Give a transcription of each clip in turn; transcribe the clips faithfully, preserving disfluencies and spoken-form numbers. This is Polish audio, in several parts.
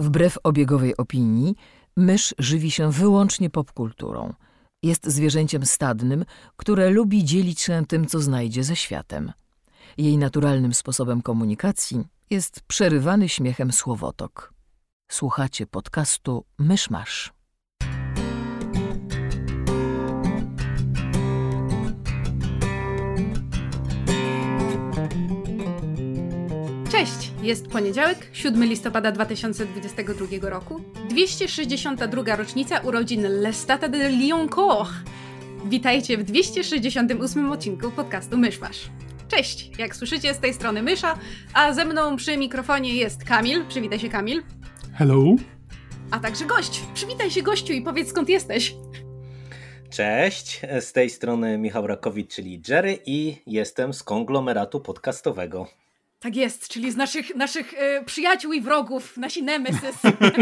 Wbrew obiegowej opinii, mysz żywi się wyłącznie popkulturą. Jest zwierzęciem stadnym, które lubi dzielić się tym, co znajdzie ze światem. Jej naturalnym sposobem komunikacji jest przerywany śmiechem słowotok. Słuchacie podcastu Mysz Masz. Cześć! Jest poniedziałek, siódmego listopada dwa tysiące dwudziestego drugiego roku, dwieście sześćdziesiąta druga rocznica urodzin Lestat de Lioncourt. Witajcie w dwieście sześćdziesiątym ósmym odcinku podcastu Mysz Masz. Cześć! Jak słyszycie, z tej strony Mysza, a ze mną przy mikrofonie jest Kamil. Przywitaj się, Kamil. Hello. A także gość. Przywitaj się, gościu, i powiedz, skąd jesteś. Cześć, z tej strony Michał Rakowicz, czyli Jerry, i jestem z konglomeratu podcastowego. Tak jest, czyli z naszych, naszych e, przyjaciół i wrogów, nasi nemesis.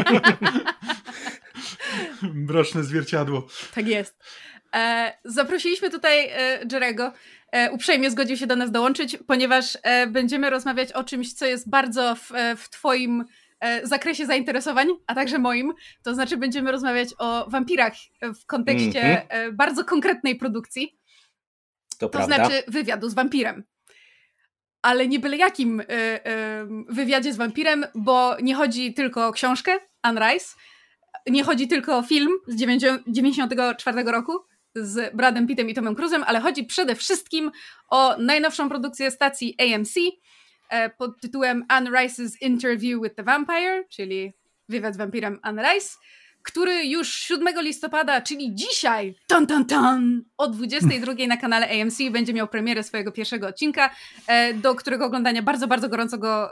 Mroczne zwierciadło. Tak jest. E, zaprosiliśmy tutaj e, Jerego. E, uprzejmie zgodził się do nas dołączyć, ponieważ e, będziemy rozmawiać o czymś, co jest bardzo w, w twoim e, zakresie zainteresowań, a także moim. To znaczy będziemy rozmawiać o wampirach w kontekście mm-hmm. e, bardzo konkretnej produkcji. To, to prawda. znaczy wywiadu z wampirem. Ale nie byle jakim y, y, wywiadzie z wampirem, bo nie chodzi tylko o książkę Anne Rice, nie chodzi tylko o film z dziewięćdziesiątego czwartego roku z Bradem Pittem i Tomem Cruise'em, ale chodzi przede wszystkim o najnowszą produkcję stacji A M C e, pod tytułem Anne Rice's Interview with the Vampire, czyli wywiad z wampirem Anne Rice, który już siódmego listopada, czyli dzisiaj, tan, tan, tan, o dwudziestej drugiej na kanale A M C będzie miał premierę swojego pierwszego odcinka, do którego oglądania bardzo, bardzo gorąco go,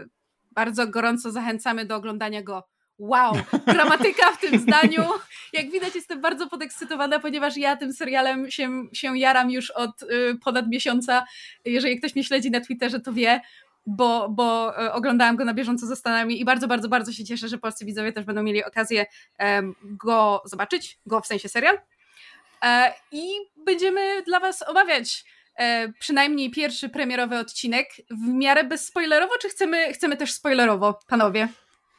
bardzo gorąco zachęcamy do oglądania go. Wow, gramatyka w tym zdaniu. Jak widać, jestem bardzo podekscytowana, ponieważ ja tym serialem się, się jaram już od ponad miesiąca. Jeżeli ktoś mnie śledzi na Twitterze, to wie, bo, bo oglądałam go na bieżąco ze Stanami i bardzo, bardzo, bardzo się cieszę, że polscy widzowie też będą mieli okazję um, go zobaczyć, go w sensie serial. E, I będziemy dla was omawiać e, przynajmniej pierwszy premierowy odcinek w miarę bezspoilerowo, czy chcemy, chcemy też spoilerowo, panowie?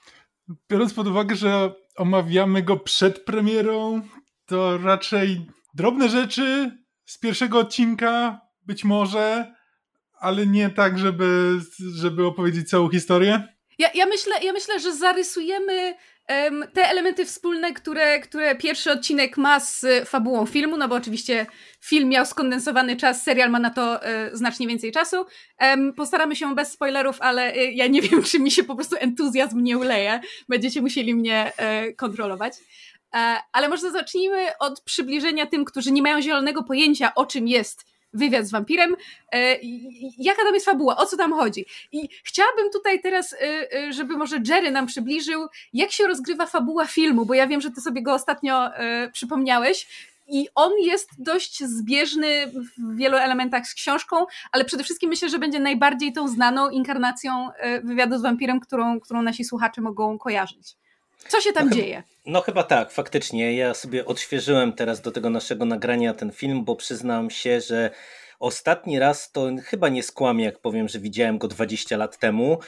Biorąc pod uwagę, że omawiamy go przed premierą, to raczej drobne rzeczy z pierwszego odcinka, być może, ale nie tak, żeby, żeby opowiedzieć całą historię? Ja, ja, myślę, ja myślę, że zarysujemy um, te elementy wspólne, które, które pierwszy odcinek ma z fabułą filmu, no bo oczywiście film miał skondensowany czas, serial ma na to e, znacznie więcej czasu. Um, postaramy się bez spoilerów, ale e, ja nie wiem, czy mi się po prostu entuzjazm nie uleje. Będziecie musieli mnie e, kontrolować. E, ale może zacznijmy od przybliżenia tym, którzy nie mają zielonego pojęcia, o czym jest wywiad z wampirem, e, jaka tam jest fabuła, o co tam chodzi. I chciałabym tutaj teraz, e, żeby może Jerry nam przybliżył, jak się rozgrywa fabuła filmu, bo ja wiem, że ty sobie go ostatnio e, przypomniałeś i on jest dość zbieżny w wielu elementach z książką, ale przede wszystkim myślę, że będzie najbardziej tą znaną inkarnacją e, wywiadu z wampirem, którą, którą nasi słuchacze mogą kojarzyć. Co się tam no, dzieje? No chyba tak, faktycznie. Ja sobie odświeżyłem teraz do tego naszego nagrania ten film, bo przyznam się, że ostatni raz to chyba nie skłamię, jak powiem, że widziałem go dwadzieścia lat temu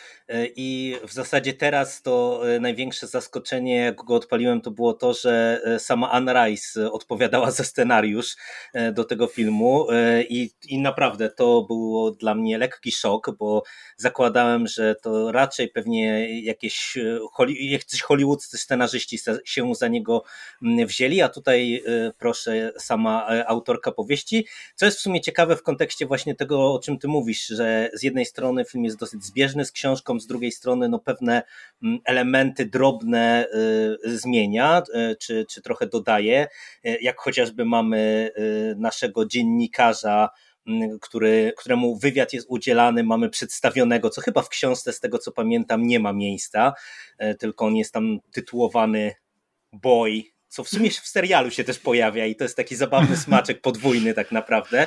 i w zasadzie teraz to największe zaskoczenie, jak go odpaliłem, to było to, że sama Anne Rice odpowiadała za scenariusz do tego filmu i, i naprawdę to było dla mnie lekki szok, bo zakładałem, że to raczej pewnie jakieś jacyś hollywoodzcy scenarzyści się za niego wzięli, a tutaj proszę, sama autorka powieści, co jest w sumie ciekawe w kontekście właśnie tego, o czym ty mówisz, że z jednej strony film jest dosyć zbieżny z książką, z drugiej strony no pewne elementy drobne y, zmienia, y, czy, czy trochę dodaje, y, jak chociażby mamy y, naszego dziennikarza, y, który, któremu wywiad jest udzielany, mamy przedstawionego, co chyba w książce z tego co pamiętam nie ma miejsca, y, tylko on jest tam tytułowany Boy, co w sumie w serialu się też pojawia i to jest taki zabawny smaczek podwójny tak naprawdę,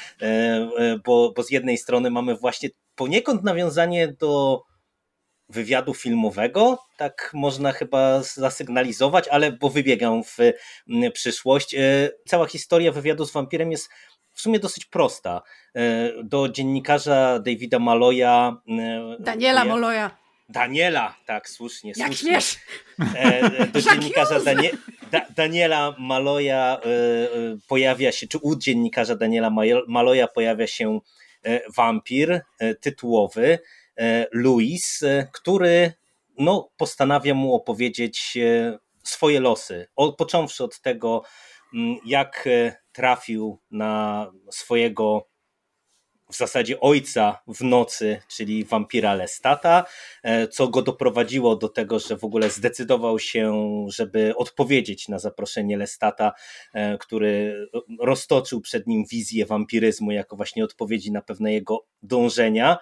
bo, bo z jednej strony mamy właśnie poniekąd nawiązanie do wywiadu filmowego, tak można chyba zasygnalizować, ale bo wybiegam w przyszłość. Cała historia wywiadu z wampirem jest w sumie dosyć prosta. Do dziennikarza Davida Malloya... Daniela Malloya. Daniela, tak, słusznie, Jak słusznie. śmiesz? E, do dziennikarza Danie, da, Daniela Maloja e, e, pojawia się, czy u dziennikarza Daniela Maloja pojawia się e, wampir e, tytułowy, e, Louis, e, który no, postanawia mu opowiedzieć e, swoje losy. O, począwszy od tego, m, jak e, trafił na swojego w zasadzie ojca w nocy, czyli wampira Lestata, co go doprowadziło do tego, że w ogóle zdecydował się, żeby odpowiedzieć na zaproszenie Lestata, który roztoczył przed nim wizję wampiryzmu jako właśnie odpowiedzi na pewne jego dążenia,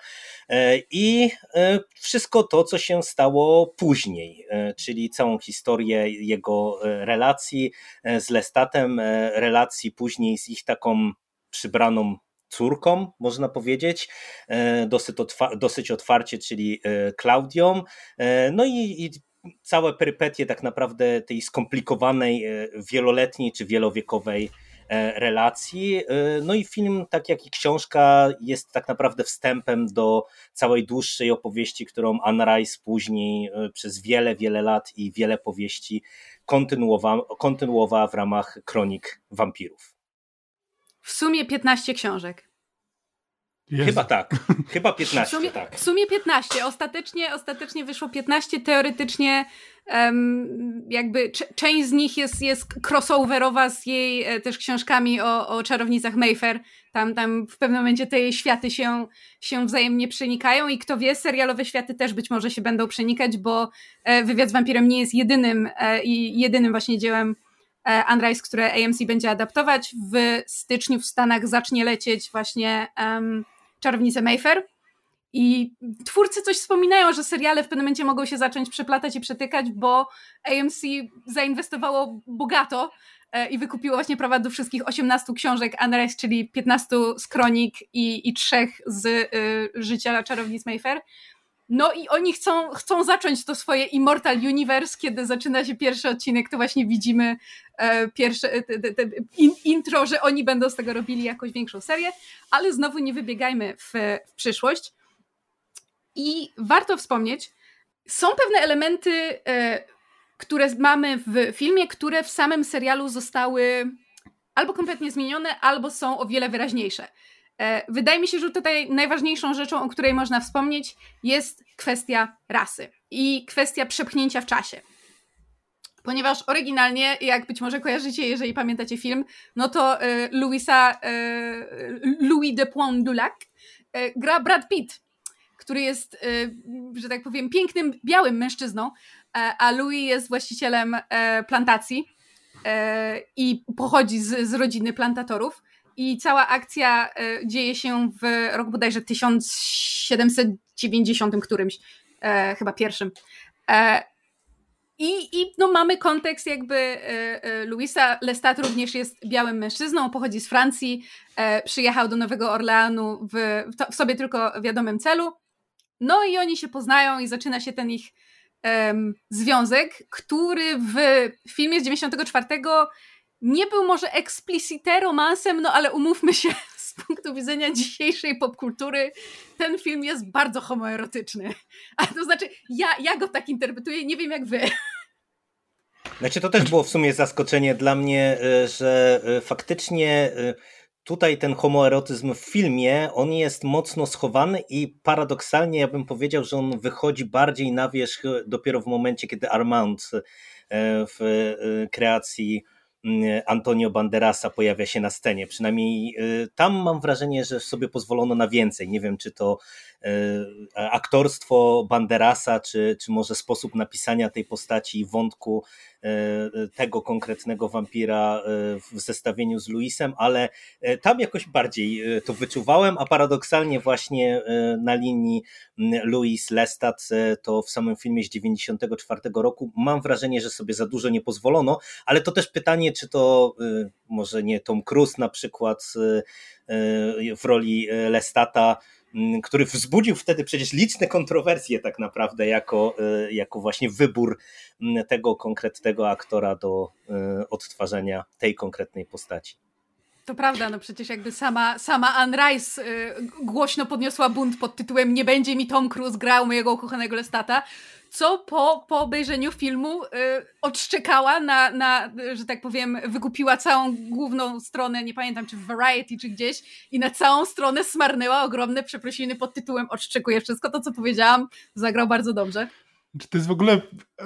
i wszystko to, co się stało później, czyli całą historię jego relacji z Lestatem, relacji później z ich taką przybraną córką, można powiedzieć, dosyć, otwa- dosyć otwarcie, czyli Klaudią. No i, i całe perypetie tak naprawdę tej skomplikowanej, wieloletniej czy wielowiekowej relacji. No i film, tak jak i książka, jest tak naprawdę wstępem do całej dłuższej opowieści, którą Anne Rice później przez wiele, wiele lat i wiele powieści kontynuowała, kontynuowała w ramach Kronik Wampirów. W sumie piętnaście książek. Jezu. Chyba tak, chyba piętnaście, W sumie, tak. w sumie piętnaście. Ostatecznie, ostatecznie wyszło piętnaście. Teoretycznie um, jakby c- część z nich jest, jest crossoverowa z jej e, też książkami o, o czarownicach Mayfair. Tam, tam w pewnym momencie te jej światy się, się wzajemnie przenikają i kto wie, serialowe światy też być może się będą przenikać, bo e, Wywiad z wampirem nie jest jedynym e, i jedynym właśnie dziełem Anne Rice, które A M C będzie adaptować. W styczniu w Stanach zacznie lecieć właśnie um, Czarownice Mayfair i twórcy coś wspominają, że seriale w pewnym momencie mogą się zacząć przeplatać i przetykać, bo A M C zainwestowało bogato e, i wykupiło właśnie prawa do wszystkich osiemnastu książek Anne Rice, czyli piętnastu z kronik i, i trzech z y, życia Czarownic Mayfair. No i oni chcą, chcą zacząć to swoje Immortal Universe, kiedy zaczyna się pierwszy odcinek, to właśnie widzimy e, pierwsze te, te, te in, intro, że oni będą z tego robili jakąś większą serię, ale znowu nie wybiegajmy w, w przyszłość. I warto wspomnieć, są pewne elementy, e, które mamy w filmie, które w samym serialu zostały albo kompletnie zmienione, albo są o wiele wyraźniejsze. Wydaje mi się, że tutaj najważniejszą rzeczą, o której można wspomnieć, jest kwestia rasy i kwestia przepchnięcia w czasie. Ponieważ oryginalnie, jak być może kojarzycie, jeżeli pamiętacie film, no to y, Louisa, y, Louis de Pointe-du-Lac y, gra Brad Pitt, który jest, y, że tak powiem, pięknym, białym mężczyzną, a, a Louis jest właścicielem y, plantacji y, i pochodzi z, z rodziny plantatorów. I cała akcja y, dzieje się w roku bodajże tysiąc siedemset dziewięćdziesiątym którymś, e, chyba pierwszym. E, I i no, mamy kontekst jakby e, e, Louisa Lestat również jest białym mężczyzną, pochodzi z Francji, e, przyjechał do Nowego Orleanu w, w, to, w sobie tylko wiadomym celu. No i oni się poznają i zaczyna się ten ich em, związek, który w filmie z dziewięćdziesiątego czwartego nie był może explicite romansem, no ale umówmy się, z punktu widzenia dzisiejszej popkultury, ten film jest bardzo homoerotyczny. A to znaczy, ja, ja go tak interpretuję, nie wiem jak wy. Znaczy to też było w sumie zaskoczenie dla mnie, że faktycznie tutaj ten homoerotyzm w filmie, on jest mocno schowany i paradoksalnie ja bym powiedział, że on wychodzi bardziej na wierzch dopiero w momencie, kiedy Armand w kreacji Antonio Banderasa pojawia się na scenie. Przynajmniej tam mam wrażenie, że sobie pozwolono na więcej. Nie wiem, czy to aktorstwo Banderasa, czy, czy może sposób napisania tej postaci i wątku tego konkretnego wampira w zestawieniu z Louisem, ale tam jakoś bardziej to wyczuwałem, a paradoksalnie właśnie na linii Louis Lestat to w samym filmie z dziewięćdziesiątego czwartego roku mam wrażenie, że sobie za dużo nie pozwolono, ale to też pytanie, czy to może nie Tom Cruise na przykład w roli Lestata, który wzbudził wtedy przecież liczne kontrowersje tak naprawdę jako, jako właśnie wybór tego konkretnego aktora do odtwarzania tej konkretnej postaci. To prawda, no przecież jakby sama, sama Anne Rice y, głośno podniosła bunt pod tytułem "Nie będzie mi Tom Cruise grał mojego ukochanego Lestata", co po, po obejrzeniu filmu y, odszczekała na, na, że tak powiem, wykupiła całą główną stronę, nie pamiętam czy w Variety, czy gdzieś, i na całą stronę smarnęła ogromne przeprosiny pod tytułem "Odszczekuję wszystko to, co powiedziałam, zagrał bardzo dobrze". To jest w ogóle...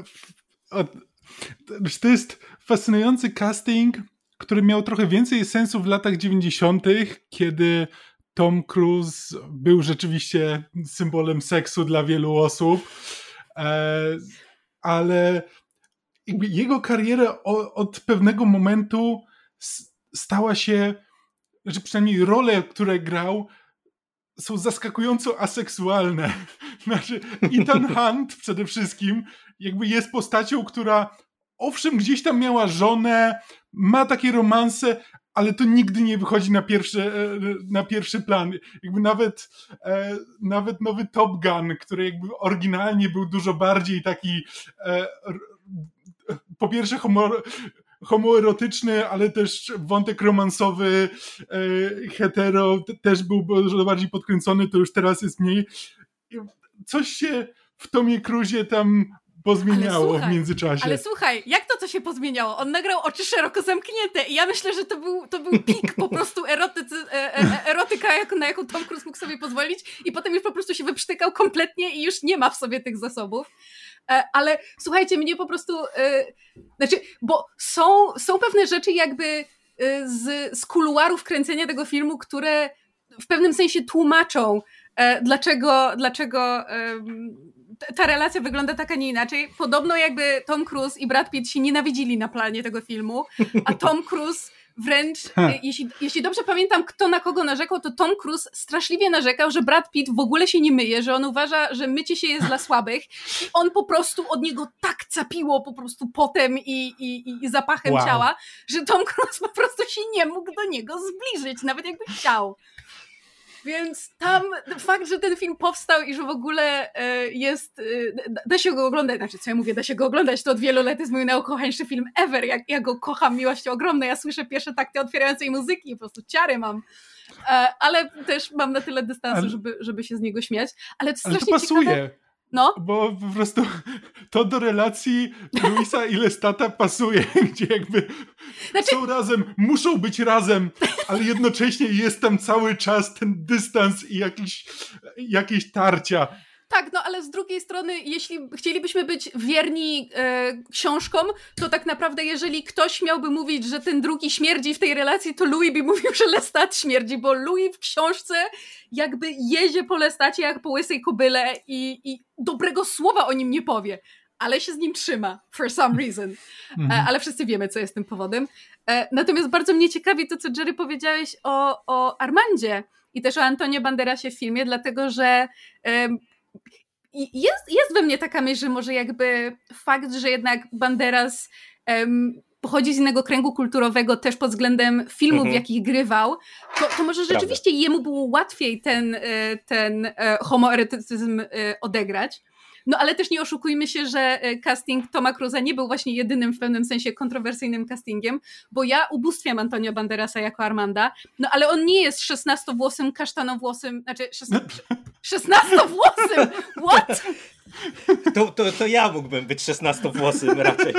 To jest fascynujący casting, który miał trochę więcej sensu w latach dziewięćdziesiątych, kiedy Tom Cruise był rzeczywiście symbolem seksu dla wielu osób, ale jakby jego kariera od pewnego momentu stała się, że przynajmniej role, które grał, są zaskakująco aseksualne. Znaczy, Ethan Hunt przede wszystkim jakby jest postacią, która owszem gdzieś tam miała żonę, ma takie romanse, ale to nigdy nie wychodzi na pierwszy, na pierwszy plan. Jakby nawet, e, nawet nowy Top Gun, który jakby oryginalnie był dużo bardziej taki e, po pierwsze homo, homoerotyczny, ale też wątek romansowy, e, hetero też był dużo bardziej podkręcony, to już teraz jest mniej. Coś się w Tomie Cruzie tam pozmieniało słuchaj, w międzyczasie. Ale słuchaj, jak to co się pozmieniało? On nagrał Oczy szeroko zamknięte i ja myślę, że to był, to był pik po prostu erotycy, e, e, erotyka, na jaką Tom Cruise mógł sobie pozwolić, i potem już po prostu się wyprztykał kompletnie i już nie ma w sobie tych zasobów. E, ale słuchajcie, mnie po prostu e, znaczy, bo są, są pewne rzeczy jakby e, z, z kuluarów kręcenia tego filmu, które w pewnym sensie tłumaczą e, dlaczego, dlaczego e, ta relacja wygląda tak, a nie inaczej. Podobno jakby Tom Cruise i Brad Pitt się nienawidzili na planie tego filmu, a Tom Cruise wręcz, jeśli, jeśli dobrze pamiętam, kto na kogo narzekał, to Tom Cruise straszliwie narzekał, że Brad Pitt w ogóle się nie myje, że on uważa, że mycie się jest dla słabych, i on po prostu od niego tak capiło po prostu potem i, i, i zapachem wow. ciała, że Tom Cruise po prostu się nie mógł do niego zbliżyć, nawet jakby chciał. Więc tam fakt, że ten film powstał i że w ogóle jest, da się go oglądać, znaczy co ja mówię, da się go oglądać, to od wielu lat jest mój najukochańszy film ever, jak ja go kocham miłością ogromną, ja słyszę pierwsze takty otwierającej muzyki i po prostu ciary mam, ale też mam na tyle dystansu, ale, żeby, żeby się z niego śmiać, ale to strasznie ale to pasuje. Ciekawe. No. Bo po prostu to do relacji Louisa i Lestata pasuje, gdzie jakby znaczy... są razem, muszą być razem, ale jednocześnie jest tam cały czas ten dystans i jakiś, jakieś tarcia. Tak, no ale z drugiej strony, jeśli chcielibyśmy być wierni e, książkom, to tak naprawdę jeżeli ktoś miałby mówić, że ten drugi śmierdzi w tej relacji, to Louis by mówił, że Lestat śmierdzi, bo Louis w książce jakby jedzie po Lestacie jak po łysej kobyle i, i dobrego słowa o nim nie powie, ale się z nim trzyma, for some reason. Mhm. E, ale wszyscy wiemy, co jest tym powodem. E, natomiast bardzo mnie ciekawi to, co Jerry powiedziałeś o, o Armandzie i też o Antonio Banderasie w filmie, dlatego że e, Jest, jest we mnie taka myśl, że może jakby fakt, że jednak Banderas um, pochodzi z innego kręgu kulturowego też pod względem filmów, mhm. w jakich grywał, to, to może rzeczywiście Prawda. jemu było łatwiej ten, ten homoerotycyzm odegrać. No ale też nie oszukujmy się, że casting Toma Cruise'a nie był właśnie jedynym w pewnym sensie kontrowersyjnym castingiem, bo ja ubóstwiam Antonio Banderasa jako Armanda, no ale on nie jest szesnastowłosym, kasztanowłosym, znaczy szesnastowłosym, what? To, to, to ja mógłbym być szesnastowłosym raczej.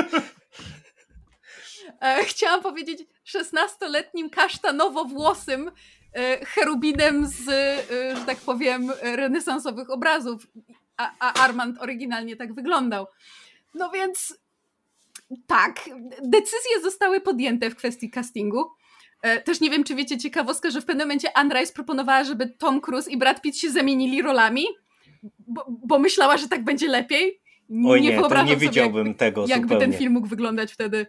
Chciałam powiedzieć szesnastoletnim kasztanowowłosym cherubinem z, że tak powiem, renesansowych obrazów. A, a Armand oryginalnie tak wyglądał. No więc tak, decyzje zostały podjęte w kwestii castingu. E, też nie wiem, czy wiecie ciekawostkę, że w pewnym momencie Anne Rice proponowała, żeby Tom Cruise i Brad Pitt się zamienili rolami, bo, bo myślała, że tak będzie lepiej. Oj nie, nie to nie widziałbym jakby, tego jakby zupełnie. ten film mógł wyglądać wtedy.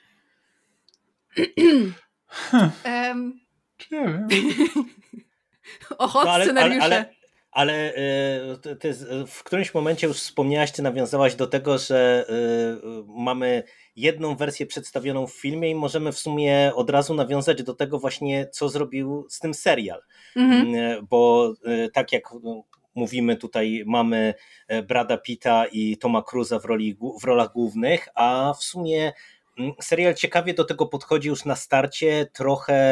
um, nie wiem. Oho, no, ale, scenariusze. Ale, ale... Ale y, ty w którymś momencie już wspomniałaś, ty nawiązałaś do tego, że y, mamy jedną wersję przedstawioną w filmie i możemy w sumie od razu nawiązać do tego właśnie, co zrobił z tym serial. Mhm. Y, bo y, tak jak mówimy tutaj, mamy Brada Pitta i Toma Cruise'a w, roli, w rolach głównych, a w sumie serial ciekawie do tego podchodzi już na starcie, trochę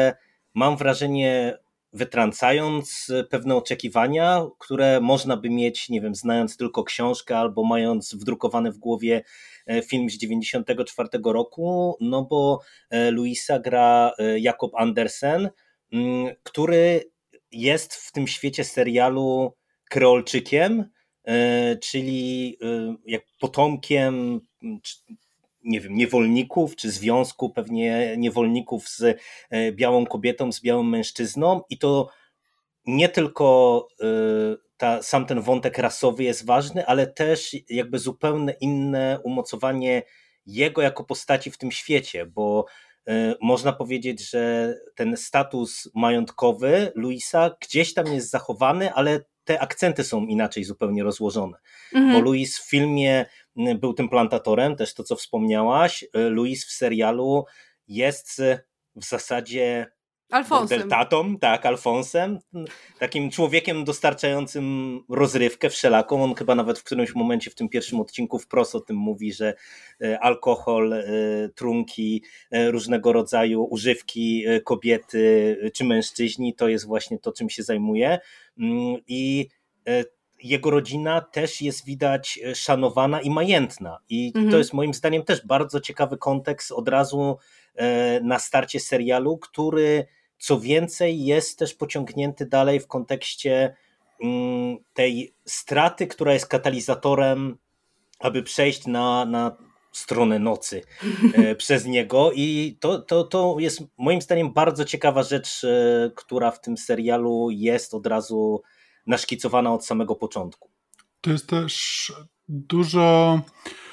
mam wrażenie, wytrącając pewne oczekiwania, które można by mieć, nie wiem, znając tylko książkę albo mając wdrukowany w głowie film z dziewięćdziesiątego czwartego roku, no bo Louisa gra Jakob Andersen, który jest w tym świecie serialu Kreolczykiem, czyli jak potomkiem, nie wiem, niewolników, czy związku pewnie niewolników z białą kobietą, z białym mężczyzną, i to nie tylko ta, sam ten wątek rasowy jest ważny, ale też jakby zupełnie inne umocowanie jego jako postaci w tym świecie, bo można powiedzieć, że ten status majątkowy Louisa gdzieś tam jest zachowany, ale te akcenty są inaczej zupełnie rozłożone. Mhm. Bo Louis w filmie był tym plantatorem, też to, co wspomniałaś. Louis w serialu jest w zasadzie Alfonsem. Tatą, tak, Alfonsem, takim człowiekiem dostarczającym rozrywkę wszelaką. On chyba nawet w którymś momencie w tym pierwszym odcinku wprost o tym mówi, że alkohol, trunki, różnego rodzaju używki kobiety czy mężczyźni to jest właśnie to, czym się zajmuje. I jego rodzina też jest widać szanowana i majętna. I mhm. to jest moim zdaniem też bardzo ciekawy kontekst od razu na starcie serialu, który co więcej jest też pociągnięty dalej w kontekście tej straty, która jest katalizatorem, aby przejść na, na stronę nocy przez niego, i to, to, to jest moim zdaniem bardzo ciekawa rzecz, która w tym serialu jest od razu naszkicowana od samego początku. To jest też dużo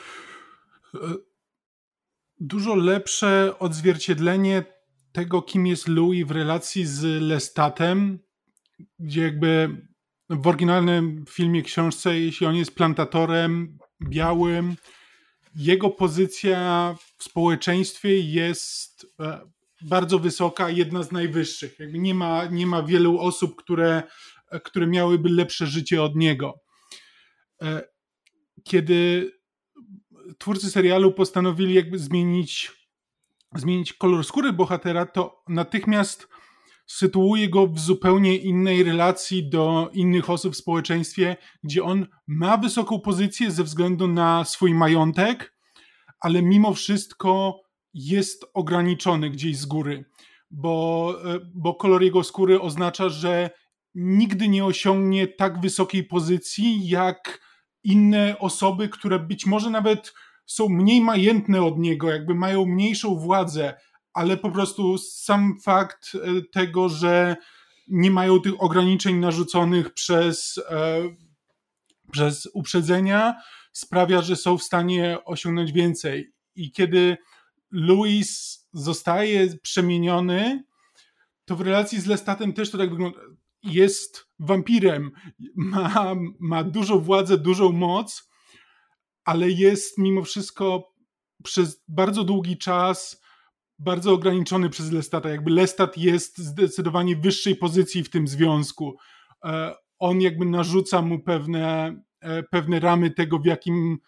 dużo lepsze odzwierciedlenie tego, kim jest Louis w relacji z Lestatem, gdzie jakby w oryginalnym filmie, książce, jeśli on jest plantatorem białym, jego pozycja w społeczeństwie jest bardzo wysoka, jedna z najwyższych. Jakby nie ma, nie ma wielu osób, które, które miałyby lepsze życie od niego. Kiedy twórcy serialu postanowili jakby zmienić, zmienić kolor skóry bohatera, to natychmiast sytuuje go w zupełnie innej relacji do innych osób w społeczeństwie, gdzie on ma wysoką pozycję ze względu na swój majątek, ale mimo wszystko jest ograniczony gdzieś z góry, bo, bo kolor jego skóry oznacza, że nigdy nie osiągnie tak wysokiej pozycji jak inne osoby, które być może nawet są mniej majętne od niego, jakby mają mniejszą władzę, ale po prostu sam fakt tego, że nie mają tych ograniczeń narzuconych przez, e, przez uprzedzenia, sprawia, że są w stanie osiągnąć więcej. I kiedy Louis zostaje przemieniony, to w relacji z Lestatem też to tak wygląda. Jest wampirem, ma, ma dużą władzę, dużą moc, ale jest mimo wszystko przez bardzo długi czas bardzo ograniczony przez Lestata. Jakby Lestat jest zdecydowanie w wyższej pozycji w tym związku. On jakby narzuca mu pewne, pewne ramy tego, w jakim,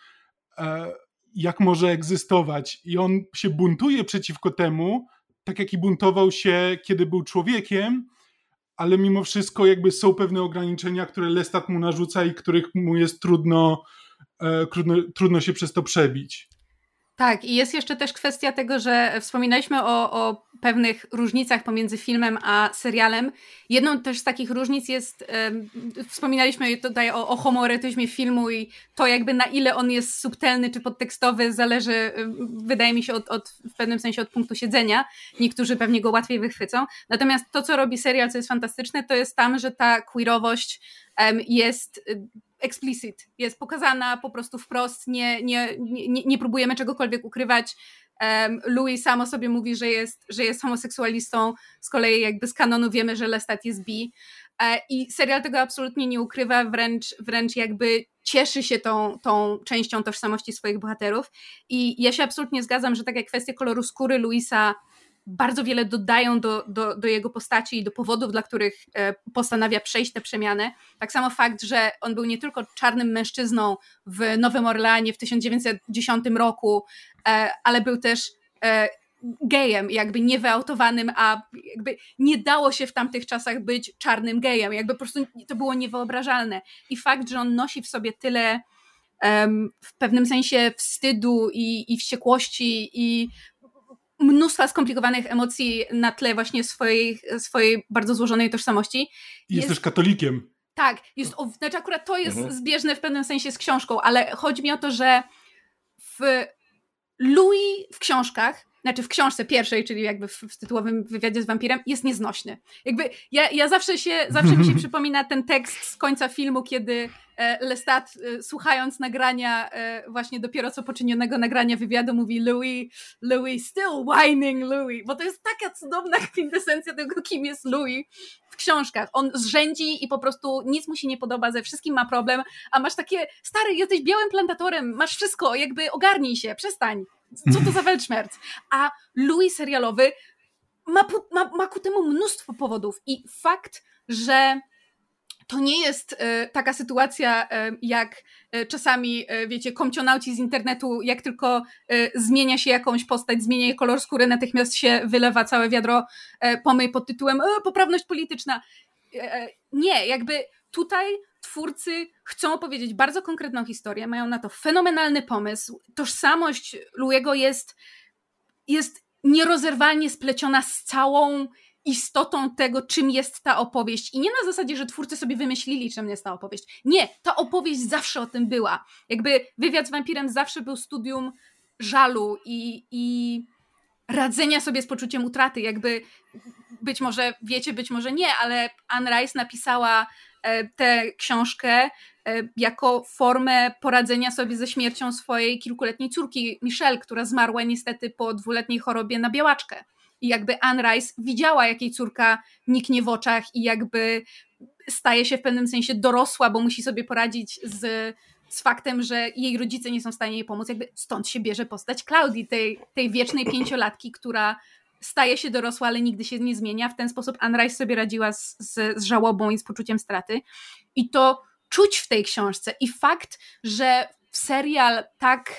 jak może egzystować. I on się buntuje przeciwko temu, tak jak i buntował się, kiedy był człowiekiem, ale mimo wszystko jakby są pewne ograniczenia, które Lestat mu narzuca i których mu jest trudno, e, trudno, trudno się przez to przebić. Tak, i jest jeszcze też kwestia tego, że wspominaliśmy o, o pewnych różnicach pomiędzy filmem a serialem. Jedną też z takich różnic jest, um, wspominaliśmy tutaj o, o homoerotyzmie filmu i to jakby na ile on jest subtelny czy podtekstowy zależy, wydaje mi się, od, od, w pewnym sensie od punktu siedzenia. Niektórzy pewnie go łatwiej wychwycą. Natomiast to, co robi serial, co jest fantastyczne, to jest tam, że ta queerowość um, jest explicit, jest pokazana po prostu wprost, nie, nie, nie, nie próbujemy czegokolwiek ukrywać. Um, Louis sam o sobie mówi, że jest, że jest homoseksualistą, z kolei jakby z kanonu wiemy, że Lestat jest bi. E, I serial tego absolutnie nie ukrywa, wręcz, wręcz jakby cieszy się tą, tą częścią tożsamości swoich bohaterów. I ja się absolutnie zgadzam, że tak jak kwestie koloru skóry Louisa bardzo wiele dodają do, do, do jego postaci i do powodów, dla których postanawia przejść te przemiany. Tak samo fakt, że on był nie tylko czarnym mężczyzną w Nowym Orleanie w tysiąc dziewięćset dziesiątym roku, ale był też gejem, jakby niewyautowanym, a jakby nie dało się w tamtych czasach być czarnym gejem, jakby po prostu to było niewyobrażalne. I fakt, że on nosi w sobie tyle um, w pewnym sensie wstydu i, i wściekłości i mnóstwa skomplikowanych emocji na tle właśnie swojej, swojej bardzo złożonej tożsamości. I jest, jest też katolikiem. Tak, jest, o, znaczy akurat to jest mhm. zbieżne w pewnym sensie z książką, ale chodzi mi o to, że w Louis w książkach, znaczy w książce pierwszej, czyli jakby w, w tytułowym wywiadzie z wampirem, jest nieznośny. Jakby ja, ja zawsze się, zawsze mi się przypomina ten tekst z końca filmu, kiedy e, Lestat e, słuchając nagrania, e, właśnie dopiero co poczynionego nagrania wywiadu mówi Louis, Louis, still whining Louis, bo to jest taka cudowna kwintesencja tego, kim jest Louis w książkach. On zrzędzi i po prostu nic mu się nie podoba, ze wszystkim ma problem, a masz takie, stary, jesteś białym plantatorem, masz wszystko, jakby ogarnij się, przestań. Co to za weltschmerz? A Louis serialowy ma, ma, ma ku temu mnóstwo powodów i fakt, że to nie jest e, taka sytuacja, e, jak e, czasami, e, wiecie, komcionauci z internetu, jak tylko e, zmienia się jakąś postać, zmienia jej kolor skóry, natychmiast się wylewa całe wiadro e, pomyj pod tytułem e, poprawność polityczna. E, nie, jakby tutaj twórcy chcą opowiedzieć bardzo konkretną historię, mają na to fenomenalny pomysł. Tożsamość Louiego jest, jest nierozerwalnie spleciona z całą istotą tego, czym jest ta opowieść. I nie na zasadzie, że twórcy sobie wymyślili, czym jest ta opowieść. Nie, ta opowieść zawsze o tym była. Jakby wywiad z wampirem zawsze był studium żalu i, i radzenia sobie z poczuciem utraty. Jakby być może wiecie, być może nie, ale Anne Rice napisała tę książkę jako formę poradzenia sobie ze śmiercią swojej kilkuletniej córki Michelle, która zmarła niestety po dwuletniej chorobie na białaczkę. I jakby Anne Rice widziała, jak jej córka niknie w oczach i jakby staje się w pewnym sensie dorosła, bo musi sobie poradzić z, z faktem, że jej rodzice nie są w stanie jej pomóc. Jakby stąd się bierze postać Claudii, tej, tej wiecznej pięciolatki, która staje się dorosła, ale nigdy się nie zmienia. W ten sposób Anne Rice sobie radziła z, z, z żałobą i z poczuciem straty. I to czuć w tej książce. I fakt, że serial tak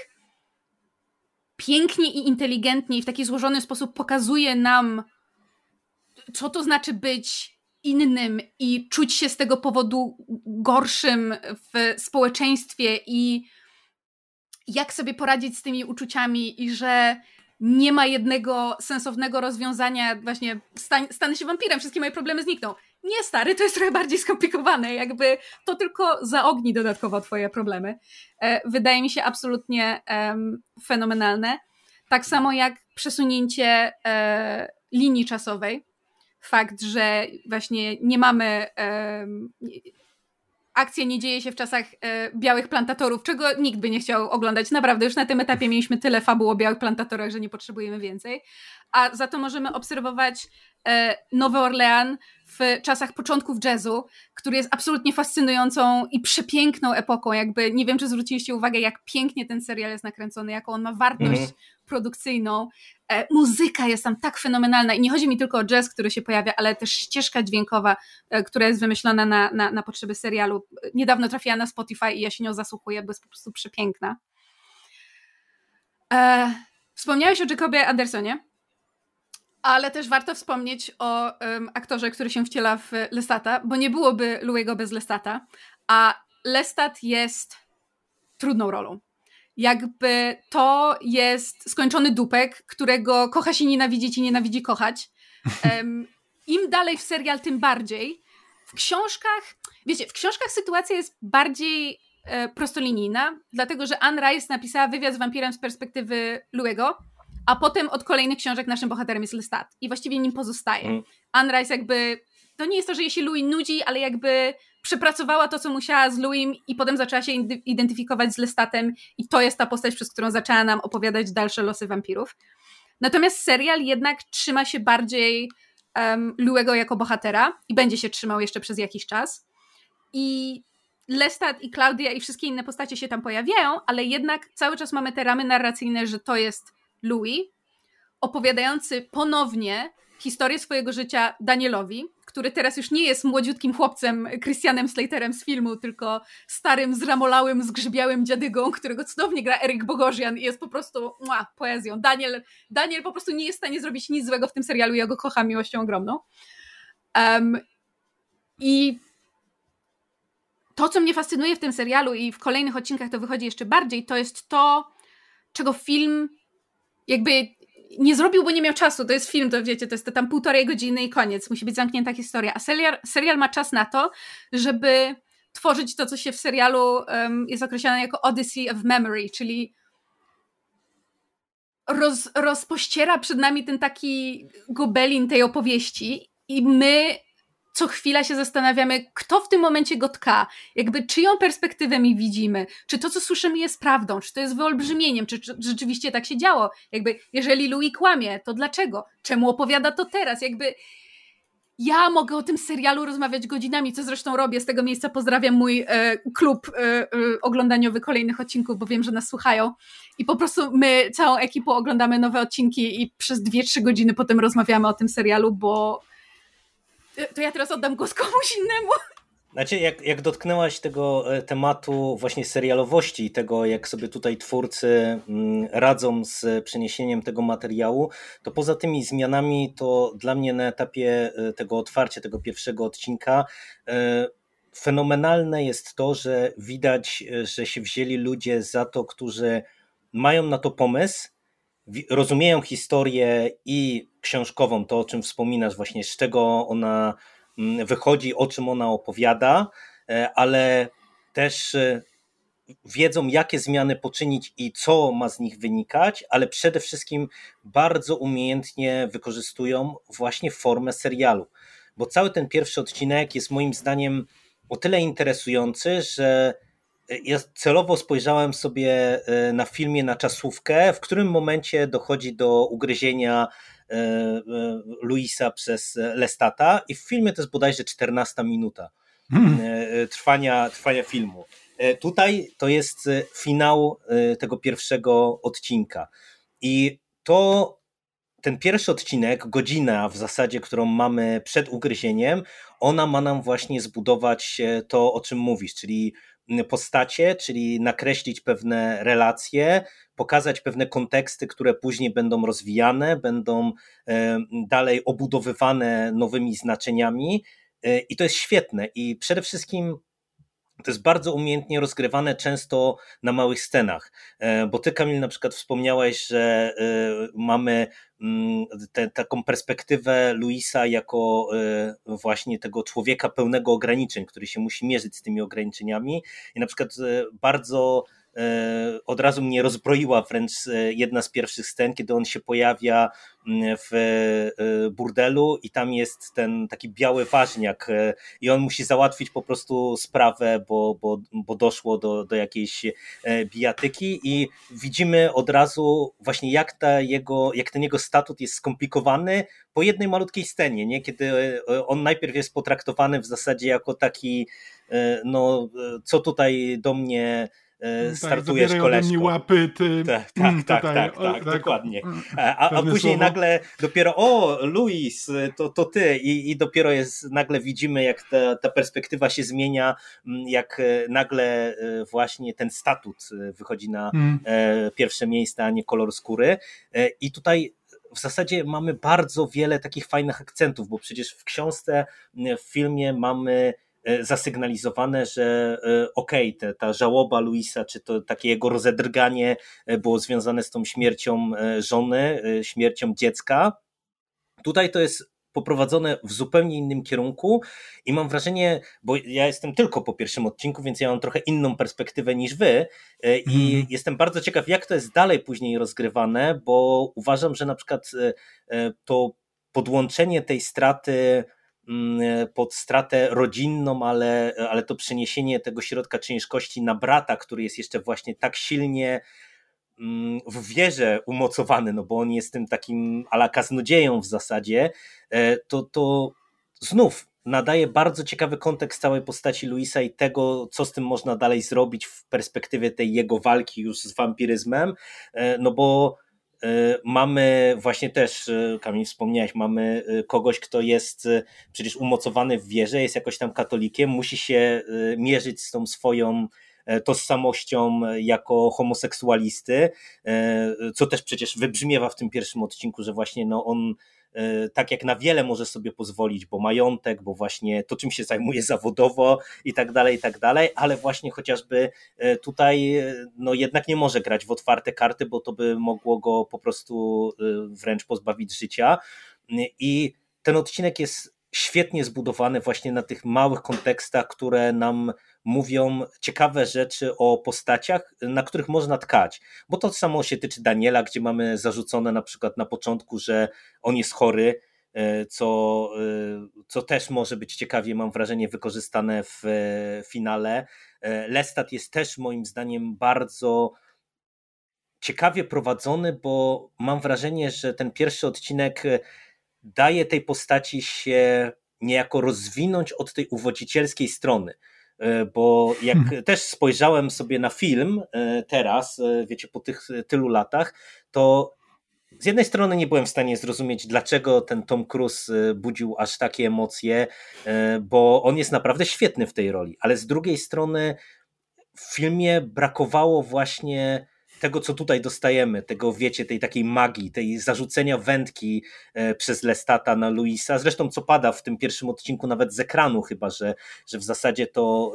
pięknie i inteligentnie i w taki złożony sposób pokazuje nam, co to znaczy być innym i czuć się z tego powodu gorszym w społeczeństwie i jak sobie poradzić z tymi uczuciami i że nie ma jednego sensownego rozwiązania, właśnie stań, stanę się wampirem, wszystkie moje problemy znikną. Nie, stary, to jest trochę bardziej skomplikowane, jakby to tylko zaogni dodatkowo twoje problemy. E, wydaje mi się absolutnie um, fenomenalne. Tak samo jak przesunięcie e, linii czasowej. Fakt, że właśnie nie mamy... E, akcja nie dzieje się w czasach e, białych plantatorów, czego nikt by nie chciał oglądać. Naprawdę, już na tym etapie mieliśmy tyle fabuł o białych plantatorach, że nie potrzebujemy więcej. A za to możemy obserwować e, Nowy Orlean w czasach początków jazzu, który jest absolutnie fascynującą i przepiękną epoką. Jakby nie wiem, czy zwróciliście uwagę, jak pięknie ten serial jest nakręcony, jaką on ma wartość mhm. produkcyjną. E, muzyka jest tam tak fenomenalna i nie chodzi mi tylko o jazz, który się pojawia, ale też ścieżka dźwiękowa, e, która jest wymyślona na, na, na potrzeby serialu. Niedawno trafiła na Spotify i ja się nią zasłuchuję, bo jest po prostu przepiękna. E, wspomniałeś o Jacobie Andersonie, ale też warto wspomnieć o um, aktorze, który się wciela w Lestata, bo nie byłoby Louiego bez Lestata, a Lestat jest trudną rolą. Jakby to jest skończony dupek, którego kocha się nienawidzić i nienawidzi kochać. Um, Im dalej w serial, tym bardziej. W książkach, wiecie, w książkach sytuacja jest bardziej e, prostolinijna, dlatego że Anne Rice napisała wywiad z wampirem z perspektywy Louiego, a potem od kolejnych książek naszym bohaterem jest Lestat i właściwie nim pozostaje. Mm. Anne Rice jakby, to nie jest to, że jej się Louis nudzi, ale jakby przepracowała to, co musiała z Louisem i potem zaczęła się identyfikować z Lestatem i to jest ta postać, przez którą zaczęła nam opowiadać dalsze losy wampirów. Natomiast serial jednak trzyma się bardziej um, Louiego jako bohatera i będzie się trzymał jeszcze przez jakiś czas. I Lestat i Claudia i wszystkie inne postacie się tam pojawiają, ale jednak cały czas mamy te ramy narracyjne, że to jest Louis opowiadający ponownie historię swojego życia Danielowi, który teraz już nie jest młodziutkim chłopcem Christianem Slaterem z filmu, tylko starym, zramolałym, zgrzybiałym dziadygą, którego cudownie gra Eryk Bogosian i jest po prostu mua, poezją. Daniel, Daniel po prostu nie jest w stanie zrobić nic złego w tym serialu i ja go kocham miłością ogromną. Um, I to, co mnie fascynuje w tym serialu i w kolejnych odcinkach to wychodzi jeszcze bardziej, to jest to, czego film jakby nie zrobił, bo nie miał czasu. To jest film, to wiecie, to jest to tam półtorej godziny i koniec. Musi być zamknięta historia. A serial, serial ma czas na to, żeby tworzyć to, co się w serialu um, jest określane jako Odyssey of Memory, czyli roz, rozpościera przed nami ten taki gobelin tej opowieści i my co chwila się zastanawiamy, kto w tym momencie go tka, jakby czyją perspektywę mi widzimy, czy to, co słyszymy jest prawdą, czy to jest wyolbrzymieniem, czy, czy rzeczywiście tak się działo, jakby jeżeli Louis kłamie, to dlaczego? Czemu opowiada to teraz? Jakby ja mogę o tym serialu rozmawiać godzinami, co zresztą robię, z tego miejsca pozdrawiam mój e, klub e, e, oglądaniowy kolejnych odcinków, bo wiem, że nas słuchają i po prostu my całą ekipą oglądamy nowe odcinki i przez dwie, trzy godziny potem rozmawiamy o tym serialu, bo to ja teraz oddam głos komuś innemu. Znaczy, jak, jak dotknęłaś tego tematu właśnie serialowości i tego, jak sobie tutaj twórcy radzą z przeniesieniem tego materiału, to poza tymi zmianami, to dla mnie na etapie tego otwarcia, tego pierwszego odcinka fenomenalne jest to, że widać, że się wzięli ludzie za to, którzy mają na to pomysł, rozumieją historię i książkową, to o czym wspominasz właśnie, z czego ona wychodzi, o czym ona opowiada, ale też wiedzą, jakie zmiany poczynić i co ma z nich wynikać, ale przede wszystkim bardzo umiejętnie wykorzystują właśnie formę serialu, bo cały ten pierwszy odcinek jest moim zdaniem o tyle interesujący, że ja celowo spojrzałem sobie na filmie na czasówkę, w którym momencie dochodzi do ugryzienia Louisa przez Lestata i w filmie to jest bodajże czternasta minuta hmm. trwania, trwania filmu. Tutaj to jest finał tego pierwszego odcinka i to ten pierwszy odcinek, godzina w zasadzie, którą mamy przed ugryzieniem, ona ma nam właśnie zbudować to, o czym mówisz, czyli postacie, czyli nakreślić pewne relacje, pokazać pewne konteksty, które później będą rozwijane, będą dalej obudowywane nowymi znaczeniami i to jest świetne i przede wszystkim to jest bardzo umiejętnie rozgrywane często na małych scenach, bo ty, Kamil, na przykład wspomniałeś, że mamy te, taką perspektywę Louisa jako właśnie tego człowieka pełnego ograniczeń, który się musi mierzyć z tymi ograniczeniami i na przykład bardzo od razu mnie rozbroiła wręcz jedna z pierwszych scen, kiedy on się pojawia w burdelu i tam jest ten taki biały ważniak i on musi załatwić po prostu sprawę, bo, bo, bo doszło do, do jakiejś bijatyki i widzimy od razu właśnie jak, ta jego, jak ten jego statut jest skomplikowany po jednej malutkiej scenie, nie? Kiedy on najpierw jest potraktowany w zasadzie jako taki no co tutaj do mnie startujesz, tak, koleżko. Mi łapy, ty... Tak, tak, mm, tak, tak, tak, tak, dokładnie. A, a później słowo. Nagle dopiero, o, Louis, to, to ty I, i dopiero jest, nagle widzimy, jak ta, ta perspektywa się zmienia, jak nagle właśnie ten statut wychodzi na mm. pierwsze miejsce, a nie kolor skóry. I tutaj w zasadzie mamy bardzo wiele takich fajnych akcentów, bo przecież w książce, w filmie mamy zasygnalizowane, że okej, okay, ta żałoba Louisa, czy to takie jego rozedrganie było związane z tą śmiercią żony, śmiercią dziecka. Tutaj to jest poprowadzone w zupełnie innym kierunku i mam wrażenie, bo ja jestem tylko po pierwszym odcinku, więc ja mam trochę inną perspektywę niż wy i mm. jestem bardzo ciekaw, jak to jest dalej później rozgrywane, bo uważam, że na przykład to podłączenie tej straty pod stratę rodzinną, ale, ale to przeniesienie tego środka ciężkości na brata, który jest jeszcze właśnie tak silnie w wierze umocowany, no bo on jest tym takim a la kaznodzieją w zasadzie, to, to znów nadaje bardzo ciekawy kontekst całej postaci Louisa i tego, co z tym można dalej zrobić w perspektywie tej jego walki już z wampiryzmem, no bo mamy właśnie też, Kamil wspomniałeś, mamy kogoś, kto jest przecież umocowany w wierze, jest jakoś tam katolikiem, musi się mierzyć z tą swoją tożsamością jako homoseksualisty, co też przecież wybrzmiewa w tym pierwszym odcinku, że właśnie no on tak jak na wiele może sobie pozwolić, bo majątek, bo właśnie to, czym się zajmuje zawodowo i tak dalej, i tak dalej, ale właśnie chociażby tutaj no jednak nie może grać w otwarte karty, bo to by mogło go po prostu wręcz pozbawić życia. I ten odcinek jest świetnie zbudowany właśnie na tych małych kontekstach, które nam mówią ciekawe rzeczy o postaciach, na których można tkać, bo to samo się tyczy Daniela, gdzie mamy zarzucone na przykład na początku, że on jest chory, co, co też może być ciekawie, mam wrażenie, wykorzystane w finale. Lestat jest też moim zdaniem bardzo ciekawie prowadzony, bo mam wrażenie, że ten pierwszy odcinek daje tej postaci się niejako rozwinąć od tej uwodzicielskiej strony, bo jak hmm. też spojrzałem sobie na film teraz, wiecie, po tych tylu latach, to z jednej strony nie byłem w stanie zrozumieć, dlaczego ten Tom Cruise budził aż takie emocje, bo on jest naprawdę świetny w tej roli, ale z drugiej strony w filmie brakowało właśnie tego, co tutaj dostajemy, tego, wiecie, tej takiej magii, tej zarzucenia wędki przez Lestata na Louisa, zresztą co pada w tym pierwszym odcinku nawet z ekranu chyba, że, że w zasadzie to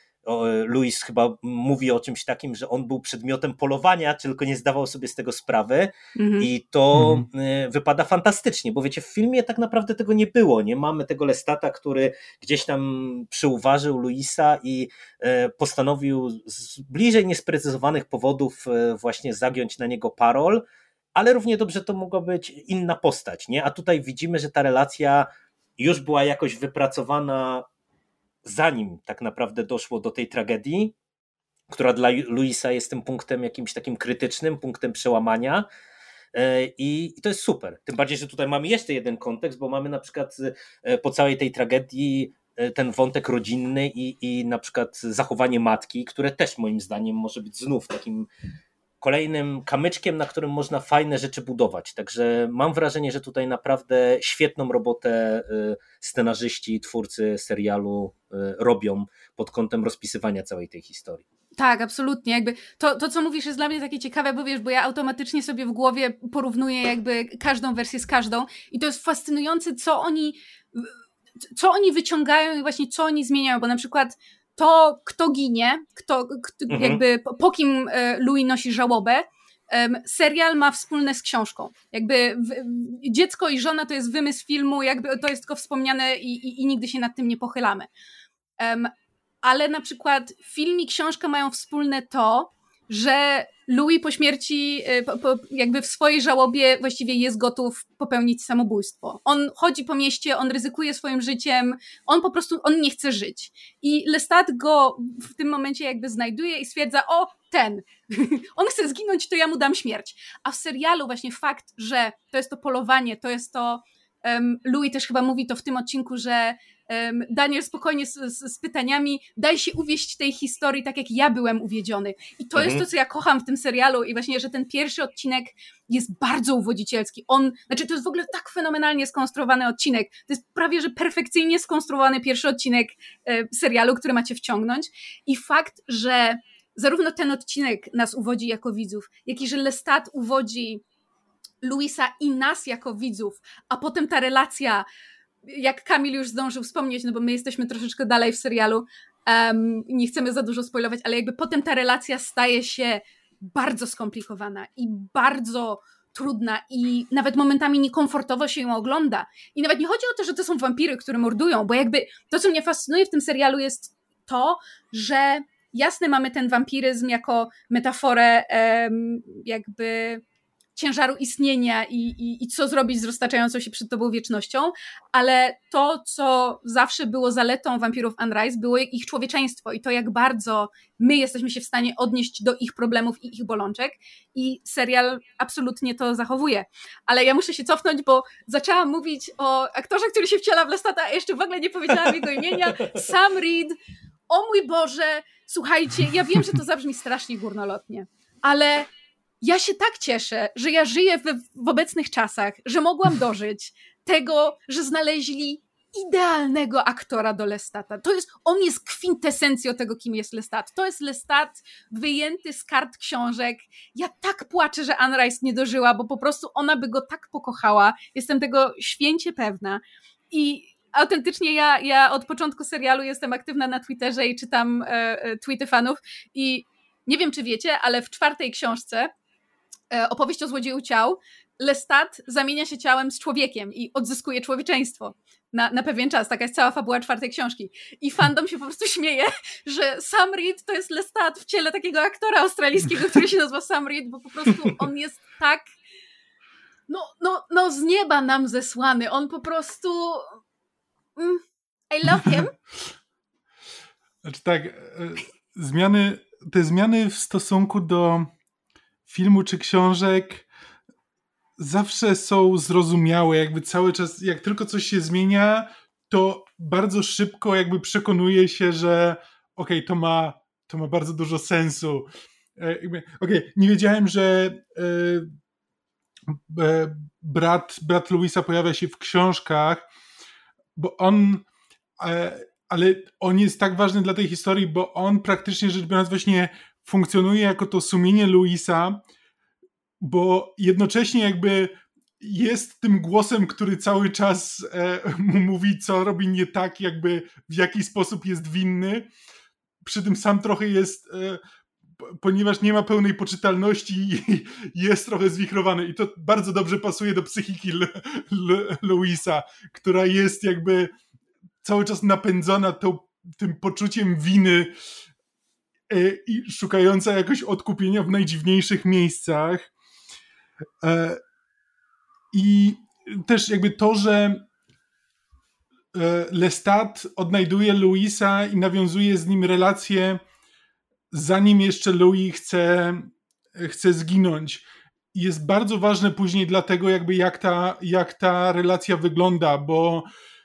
Louis chyba mówi o czymś takim, że on był przedmiotem polowania, tylko nie zdawał sobie z tego sprawy mm-hmm. i to mm-hmm. wypada fantastycznie, bo wiecie, w filmie tak naprawdę tego nie było, nie mamy tego Lestata, który gdzieś tam przyuważył Louisa i postanowił z bliżej niesprecyzowanych powodów właśnie zagiąć na niego parol, ale równie dobrze to mogła być inna postać, nie? A tutaj widzimy, że ta relacja już była jakoś wypracowana zanim tak naprawdę doszło do tej tragedii, która dla Louisa jest tym punktem jakimś takim krytycznym, punktem przełamania i to jest super. Tym bardziej, że tutaj mamy jeszcze jeden kontekst, bo mamy na przykład po całej tej tragedii ten wątek rodzinny i, i na przykład zachowanie matki, które też moim zdaniem może być znów takim kolejnym kamyczkiem, na którym można fajne rzeczy budować. Także mam wrażenie, że tutaj naprawdę świetną robotę scenarzyści i twórcy serialu robią pod kątem rozpisywania całej tej historii. Tak, absolutnie. Jakby to, to, co mówisz, jest dla mnie takie ciekawe, bo wiesz, bo ja automatycznie sobie w głowie porównuję jakby każdą wersję z każdą i to jest fascynujące, co oni, co oni wyciągają i właśnie co oni zmieniają, bo na przykład to, kto ginie, kto, kto mhm. jakby po, po kim Louis nosi żałobę, um, serial ma wspólne z książką. Jakby w, dziecko i żona to jest wymysł filmu, jakby to jest tylko wspomniane i, i, i nigdy się nad tym nie pochylamy. Um, ale na przykład film i książka mają wspólne to, że Louis po śmierci, po, po, jakby w swojej żałobie właściwie jest gotów popełnić samobójstwo. On chodzi po mieście, on ryzykuje swoim życiem, on po prostu, on nie chce żyć. I Lestat go w tym momencie jakby znajduje i stwierdza, o, ten, on chce zginąć, to ja mu dam śmierć. A w serialu właśnie fakt, że to jest to polowanie, to jest to, um, Louis też chyba mówi to w tym odcinku, że um, Daniel spokojnie z, z, z pytaniami, daj się uwieść tej historii tak, jak ja byłem uwiedziony. I to mhm. jest to, co ja kocham w tym serialu i właśnie, że ten pierwszy odcinek jest bardzo uwodzicielski. On, znaczy to jest w ogóle tak fenomenalnie skonstruowany odcinek. To jest prawie, że perfekcyjnie skonstruowany pierwszy odcinek e, serialu, który macie wciągnąć. I fakt, że zarówno ten odcinek nas uwodzi jako widzów, jak i że Lestat uwodzi Louisa i nas jako widzów, a potem ta relacja, jak Kamil już zdążył wspomnieć, no bo my jesteśmy troszeczkę dalej w serialu, um, nie chcemy za dużo spoilować, ale jakby potem ta relacja staje się bardzo skomplikowana i bardzo trudna i nawet momentami niekomfortowo się ją ogląda. I nawet nie chodzi o to, że to są wampiry, które mordują, bo jakby to, co mnie fascynuje w tym serialu jest to, że jasne, mamy ten wampiryzm jako metaforę um, jakby ciężaru istnienia i, i, i co zrobić z roztaczającą się przed tobą wiecznością, ale to, co zawsze było zaletą wampirów Anne Rice, było ich człowieczeństwo i to, jak bardzo my jesteśmy się w stanie odnieść do ich problemów i ich bolączek i serial absolutnie to zachowuje. Ale ja muszę się cofnąć, bo zaczęłam mówić o aktorze, który się wciela w Lestata, a jeszcze w ogóle nie powiedziałam jego imienia. Sam Reed. O mój Boże, słuchajcie, ja wiem, że to zabrzmi strasznie górnolotnie, ale ja się tak cieszę, że ja żyję w, w obecnych czasach, że mogłam dożyć tego, że znaleźli idealnego aktora do Lestata. To jest, on jest kwintesencją tego, kim jest Lestat. To jest Lestat wyjęty z kart książek. Ja tak płaczę, że Anne Rice nie dożyła, bo po prostu ona by go tak pokochała. Jestem tego święcie pewna. I autentycznie ja, ja od początku serialu jestem aktywna na Twitterze i czytam e, e, tweety fanów i nie wiem, czy wiecie, ale w czwartej książce e, Opowieść o złodzieju ciał Lestat zamienia się ciałem z człowiekiem i odzyskuje człowieczeństwo na, na pewien czas. Taka jest cała fabuła czwartej książki. I fandom się po prostu śmieje, że Sam Reed to jest Lestat w ciele takiego aktora australijskiego, który się nazywa Sam Reed, bo po prostu on jest tak no, no, no z nieba nam zesłany. On po prostu mm, I love him. Znaczy tak, zmiany, te zmiany w stosunku do filmu czy książek zawsze są zrozumiałe, jakby cały czas, jak tylko coś się zmienia, to bardzo szybko jakby przekonuje się, że okej, okay, to ma, to ma bardzo dużo sensu. Okej, okay, nie wiedziałem, że e, brat, brat Louisa pojawia się w książkach, bo on, e, ale on jest tak ważny dla tej historii, bo on praktycznie rzecz biorąc właśnie funkcjonuje jako to sumienie Louisa, bo jednocześnie jakby jest tym głosem, który cały czas e, mu mówi, co robi nie tak, jakby w jaki sposób jest winny. Przy tym sam trochę jest, e, ponieważ nie ma pełnej poczytalności, jest trochę zwichrowany. I to bardzo dobrze pasuje do psychiki L- L- Louisa, która jest jakby cały czas napędzona tą, tym poczuciem winy e, i szukająca jakoś odkupienia w najdziwniejszych miejscach. I też jakby to, że Lestat odnajduje Louisa i nawiązuje z nim relację, zanim jeszcze Louis chce, chce zginąć. I jest bardzo ważne później dla tego, jakby jak ta, jak ta relacja wygląda, bo,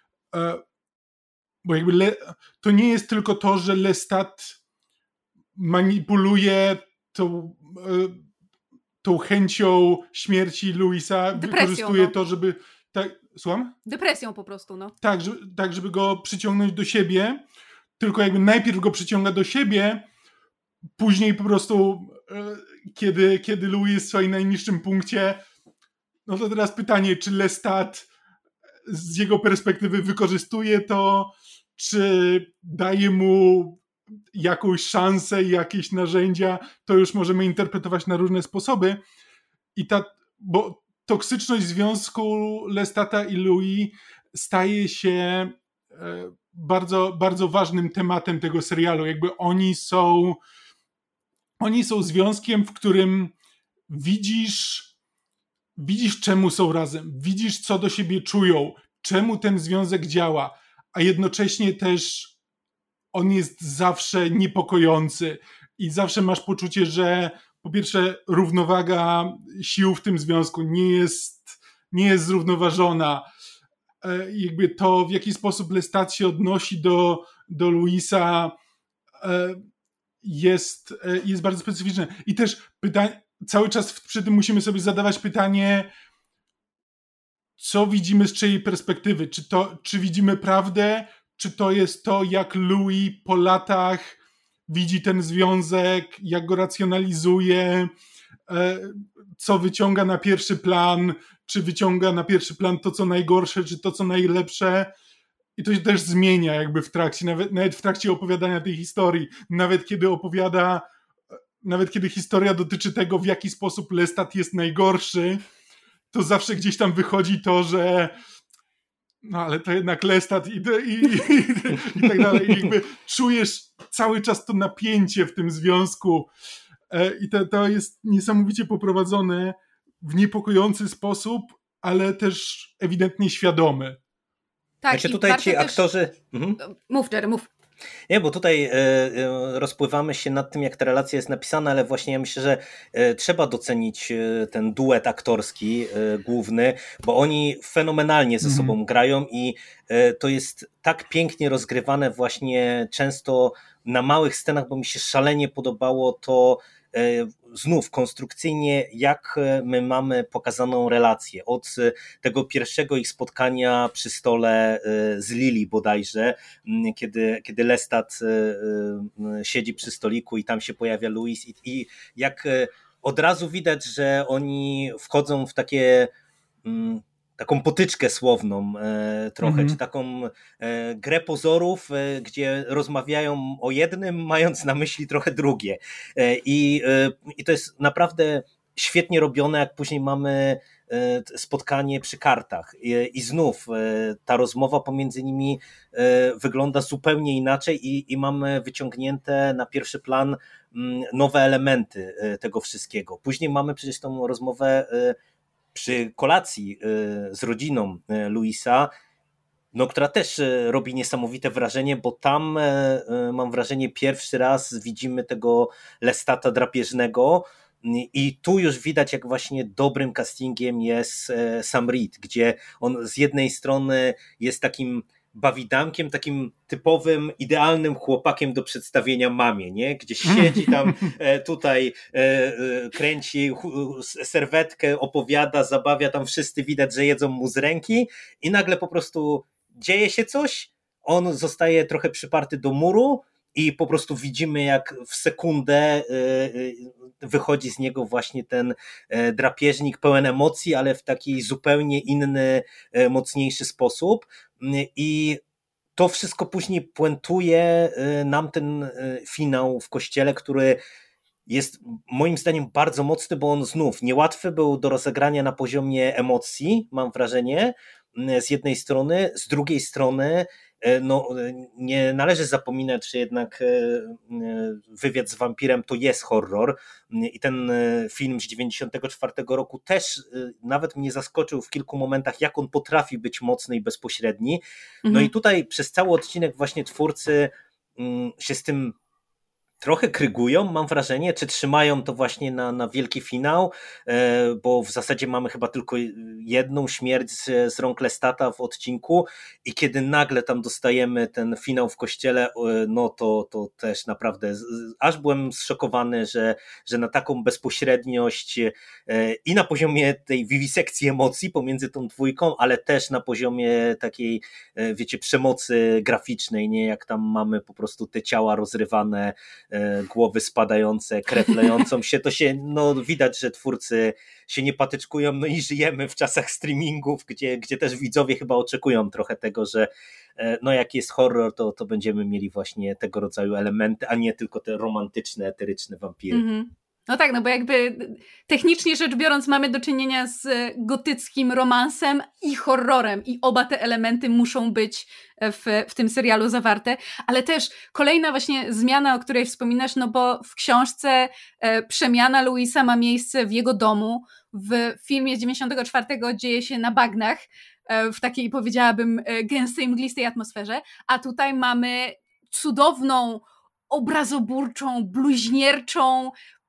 bo jakby Le, to nie jest tylko to, że Lestat manipuluje tą tą chęcią śmierci Louisa, Depresją, wykorzystuje no. to, żeby... Tak, słucham? Depresją po prostu, no. Tak, żeby, tak, żeby go przyciągnąć do siebie, tylko jakby najpierw go przyciąga do siebie, później po prostu e, kiedy, kiedy Louis jest w swoim najniższym punkcie, no to teraz pytanie, czy Lestat z jego perspektywy wykorzystuje to, czy daje mu jakąś szansę i jakieś narzędzia, to już możemy interpretować na różne sposoby. I ta, bo toksyczność związku Lestata i Louis staje się bardzo, bardzo ważnym tematem tego serialu. Jakby oni są oni są związkiem, w którym widzisz widzisz, czemu są razem, widzisz, co do siebie czują, czemu ten związek działa, a jednocześnie też on jest zawsze niepokojący i zawsze masz poczucie, że po pierwsze równowaga sił w tym związku nie jest, nie jest zrównoważona. Jakby to, w jaki sposób Lestat się odnosi do, do Louisa, jest, jest bardzo specyficzne. I też pytanie, cały czas przy tym musimy sobie zadawać pytanie, co widzimy z czyjej perspektywy? Czy, to, czy widzimy prawdę? Czy to jest to, jak Louis po latach widzi ten związek, jak go racjonalizuje, co wyciąga na pierwszy plan, czy wyciąga na pierwszy plan to, co najgorsze, czy to, co najlepsze. I to się też zmienia jakby w trakcie, nawet, nawet w trakcie opowiadania tej historii. Nawet kiedy opowiada, nawet kiedy historia dotyczy tego, w jaki sposób Lestat jest najgorszy, to zawsze gdzieś tam wychodzi to, że no ale to jednak Lestat i, i, i, i tak dalej. I jakby czujesz cały czas to napięcie w tym związku i to, to jest niesamowicie poprowadzone w niepokojący sposób, ale też ewidentnie świadomy. Tak, znaczy tutaj ci aktorzy... Też... Mhm. Mów, Jerry, mów. Nie, bo tutaj e, rozpływamy się nad tym, jak ta relacja jest napisana, ale właśnie ja myślę, że e, trzeba docenić e, ten duet aktorski e, główny, bo oni fenomenalnie ze sobą mm. grają i e, to jest tak pięknie rozgrywane właśnie często na małych scenach, bo mi się szalenie podobało to, znów konstrukcyjnie, jak my mamy pokazaną relację. Od tego pierwszego ich spotkania przy stole z Lily bodajże, kiedy, kiedy Lestat siedzi przy stoliku i tam się pojawia Louis i, i jak od razu widać, że oni wchodzą w takie taką potyczkę słowną e, trochę, mm-hmm. czy taką e, grę pozorów, e, gdzie rozmawiają o jednym, mając na myśli trochę drugie. E, i, e, I to jest naprawdę świetnie robione, jak później mamy e, spotkanie przy kartach. I, i znów e, ta rozmowa pomiędzy nimi e, wygląda zupełnie inaczej i, i mamy wyciągnięte na pierwszy plan m, nowe elementy e, tego wszystkiego. Później mamy przecież tą rozmowę e, przy kolacji z rodziną Louisa, no, która też robi niesamowite wrażenie, bo tam mam wrażenie pierwszy raz widzimy tego Lestata drapieżnego i tu już widać, jak właśnie dobrym castingiem jest Sam Reed, gdzie on z jednej strony jest takim bawidankiem, takim typowym, idealnym chłopakiem do przedstawienia mamie, nie? Gdzie siedzi tam tutaj, kręci serwetkę, opowiada, zabawia, tam wszyscy widać, że jedzą mu z ręki i nagle po prostu dzieje się coś, on zostaje trochę przyparty do muru i po prostu widzimy, jak w sekundę wychodzi z niego właśnie ten drapieżnik pełen emocji, ale w taki zupełnie inny, mocniejszy sposób. I to wszystko później puentuje nam ten finał w kościele, który jest moim zdaniem bardzo mocny, bo on znów niełatwy był do rozegrania na poziomie emocji, mam wrażenie, z jednej strony, z drugiej strony no, nie należy zapominać, że jednak Wywiad z wampirem to jest horror i ten film z dziewięćdziesiątego czwartego roku też nawet mnie zaskoczył w kilku momentach, jak on potrafi być mocny i bezpośredni. No mhm. i tutaj przez cały odcinek właśnie twórcy się z tym trochę krygują, mam wrażenie, czy trzymają to właśnie na, na wielki finał, bo w zasadzie mamy chyba tylko jedną śmierć z, z rąk Lestata w odcinku i kiedy nagle tam dostajemy ten finał w kościele, no to, to też naprawdę aż byłem zszokowany, że, że na taką bezpośredniość i na poziomie tej wiwisekcji emocji pomiędzy tą dwójką, ale też na poziomie takiej, wiecie, przemocy graficznej, nie, jak tam mamy po prostu te ciała rozrywane, głowy spadające, krew lejącą się, to się, no widać, że twórcy się nie patyczkują, no i żyjemy w czasach streamingów, gdzie, gdzie też widzowie chyba oczekują trochę tego, że no jak jest horror, to, to będziemy mieli właśnie tego rodzaju elementy, a nie tylko te romantyczne, eteryczne wampiry. Mm-hmm. No tak, no bo jakby technicznie rzecz biorąc mamy do czynienia z gotyckim romansem i horrorem i oba te elementy muszą być w, w tym serialu zawarte, ale też kolejna właśnie zmiana, o której wspominasz, no bo w książce e, przemiana Louisa ma miejsce w jego domu, w filmie z dziewięćdziesiątego czwartego dzieje się na bagnach, e, w takiej powiedziałabym gęstej, mglistej atmosferze, a tutaj mamy cudowną, obrazoburczą, bluźnierczą,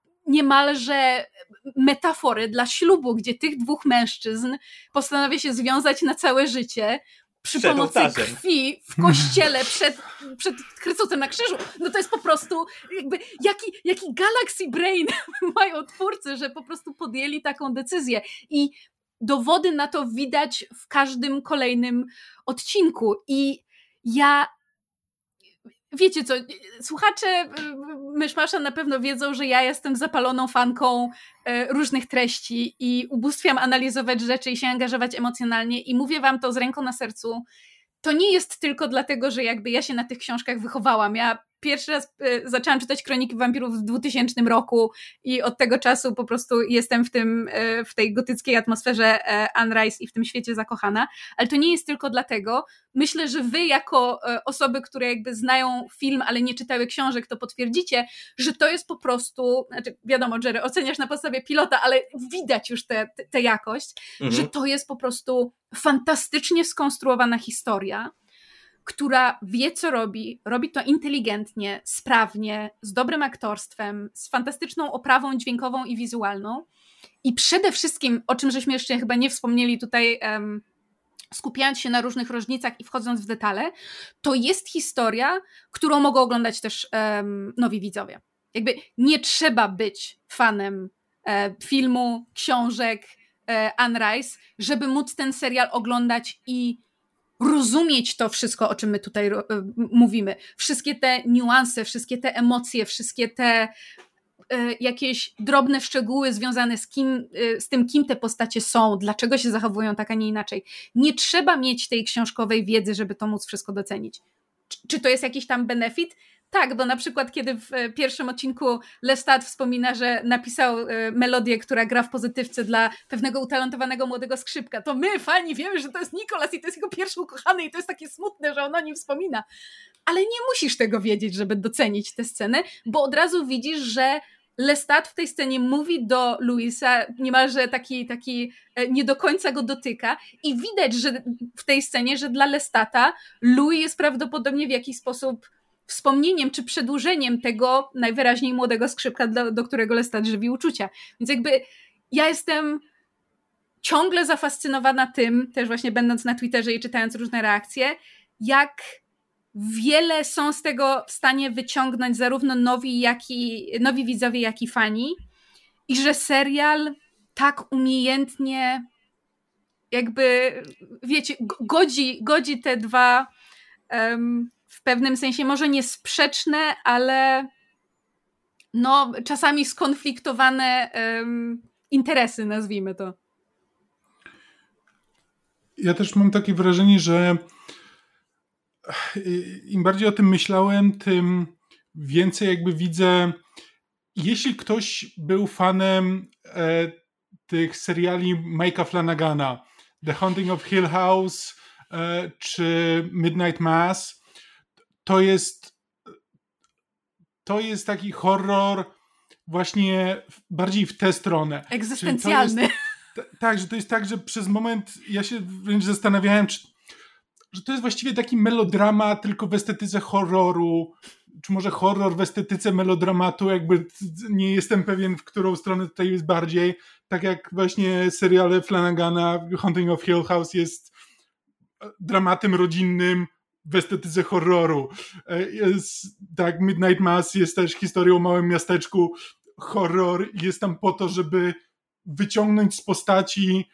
niemalże metafory dla ślubu, gdzie tych dwóch mężczyzn postanawia się związać na całe życie przy przed pomocy ołtarzem. Krwi w kościele przed, przed Chrystusem na krzyżu. No to jest po prostu jakby jaki, jaki galaxy brain mają twórcy, że po prostu podjęli taką decyzję i dowody na to widać w każdym kolejnym odcinku i ja wiecie co, słuchacze Myszmasza na pewno wiedzą, że ja jestem zapaloną fanką różnych treści i ubóstwiam analizować rzeczy i się angażować emocjonalnie i mówię wam to z ręką na sercu. To nie jest tylko dlatego, że jakby ja się na tych książkach wychowałam. Ja pierwszy raz y, zaczęłam czytać Kroniki Wampirów w dwutysięcznym roku i od tego czasu po prostu jestem w tym, y, w tej gotyckiej atmosferze y, Anne Rice i w tym świecie zakochana, ale to nie jest tylko dlatego. Myślę, że wy jako y, osoby, które jakby znają film, ale nie czytały książek, to potwierdzicie, że to jest po prostu, znaczy wiadomo, Jerry, oceniasz na podstawie pilota, ale widać już tę te, te jakość, mhm. że to jest po prostu fantastycznie skonstruowana historia, która wie, co robi, robi to inteligentnie, sprawnie, z dobrym aktorstwem, z fantastyczną oprawą dźwiękową i wizualną i przede wszystkim, o czym żeśmy jeszcze chyba nie wspomnieli tutaj, um, skupiając się na różnych różnicach i wchodząc w detale, to jest historia, którą mogą oglądać też um, nowi widzowie. jakby nie trzeba być fanem e, filmu, książek e, Anne Rice, żeby móc ten serial oglądać i rozumieć to wszystko, o czym my tutaj e, mówimy. Wszystkie te niuanse, wszystkie te emocje, wszystkie te jakieś drobne szczegóły związane z, kim, z tym, kim te postacie są, dlaczego się zachowują tak, a nie inaczej. Nie trzeba mieć tej książkowej wiedzy, żeby to móc wszystko docenić. Czy to jest jakiś tam benefit? Tak, bo na przykład kiedy w pierwszym odcinku Lestat wspomina, że napisał melodię, która gra w pozytywce dla pewnego utalentowanego młodego skrzypka, to my, fani, wiemy, że to jest Nicholas i to jest jego pierwszy ukochany i to jest takie smutne, że on o nim wspomina. Ale nie musisz tego wiedzieć, żeby docenić tę scenę, bo od razu widzisz, że Lestat w tej scenie mówi do Louisa, niemalże taki, taki nie do końca go dotyka i widać, że w tej scenie, że dla Lestata Louis jest prawdopodobnie w jakiś sposób wspomnieniem czy przedłużeniem tego najwyraźniej młodego skrzypka, do, do którego Lestat żywi uczucia. Więc jakby ja jestem ciągle zafascynowana tym, też właśnie będąc na Twitterze i czytając różne reakcje, jak wiele są z tego w stanie wyciągnąć zarówno nowi, jak i, nowi widzowie, jak i fani i że serial tak umiejętnie jakby, wiecie, godzi, godzi te dwa um, w pewnym sensie może nie sprzeczne, ale no czasami skonfliktowane um, interesy, nazwijmy to. Ja też mam takie wrażenie, że im bardziej o tym myślałem, tym więcej jakby widzę, jeśli ktoś był fanem e, tych seriali Mike'a Flanagana, The Haunting of Hill House e, czy Midnight Mass, to jest to jest taki horror właśnie bardziej w tę stronę. Egzystencjalny. Tak, że to jest tak, że przez moment ja się wręcz zastanawiałem, czy że to jest właściwie taki melodrama tylko w estetyce horroru, czy może horror w estetyce melodramatu, jakby nie jestem pewien, w którą stronę tutaj jest bardziej, tak jak właśnie seriale Flanagana, Haunting of Hill House jest dramatem rodzinnym w estetyce horroru. Jest, tak, Midnight Mass jest też historią o małym miasteczku, horror jest tam po to, żeby wyciągnąć z postaci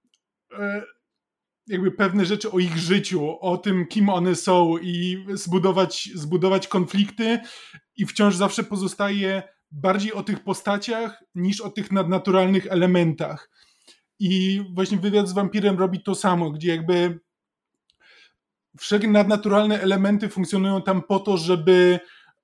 jakby pewne rzeczy o ich życiu, o tym, kim one są i zbudować, zbudować konflikty i wciąż zawsze pozostaje bardziej o tych postaciach niż o tych nadnaturalnych elementach. I właśnie Wywiad z wampirem robi to samo, gdzie jakby wszelkie nadnaturalne elementy funkcjonują tam po to, żeby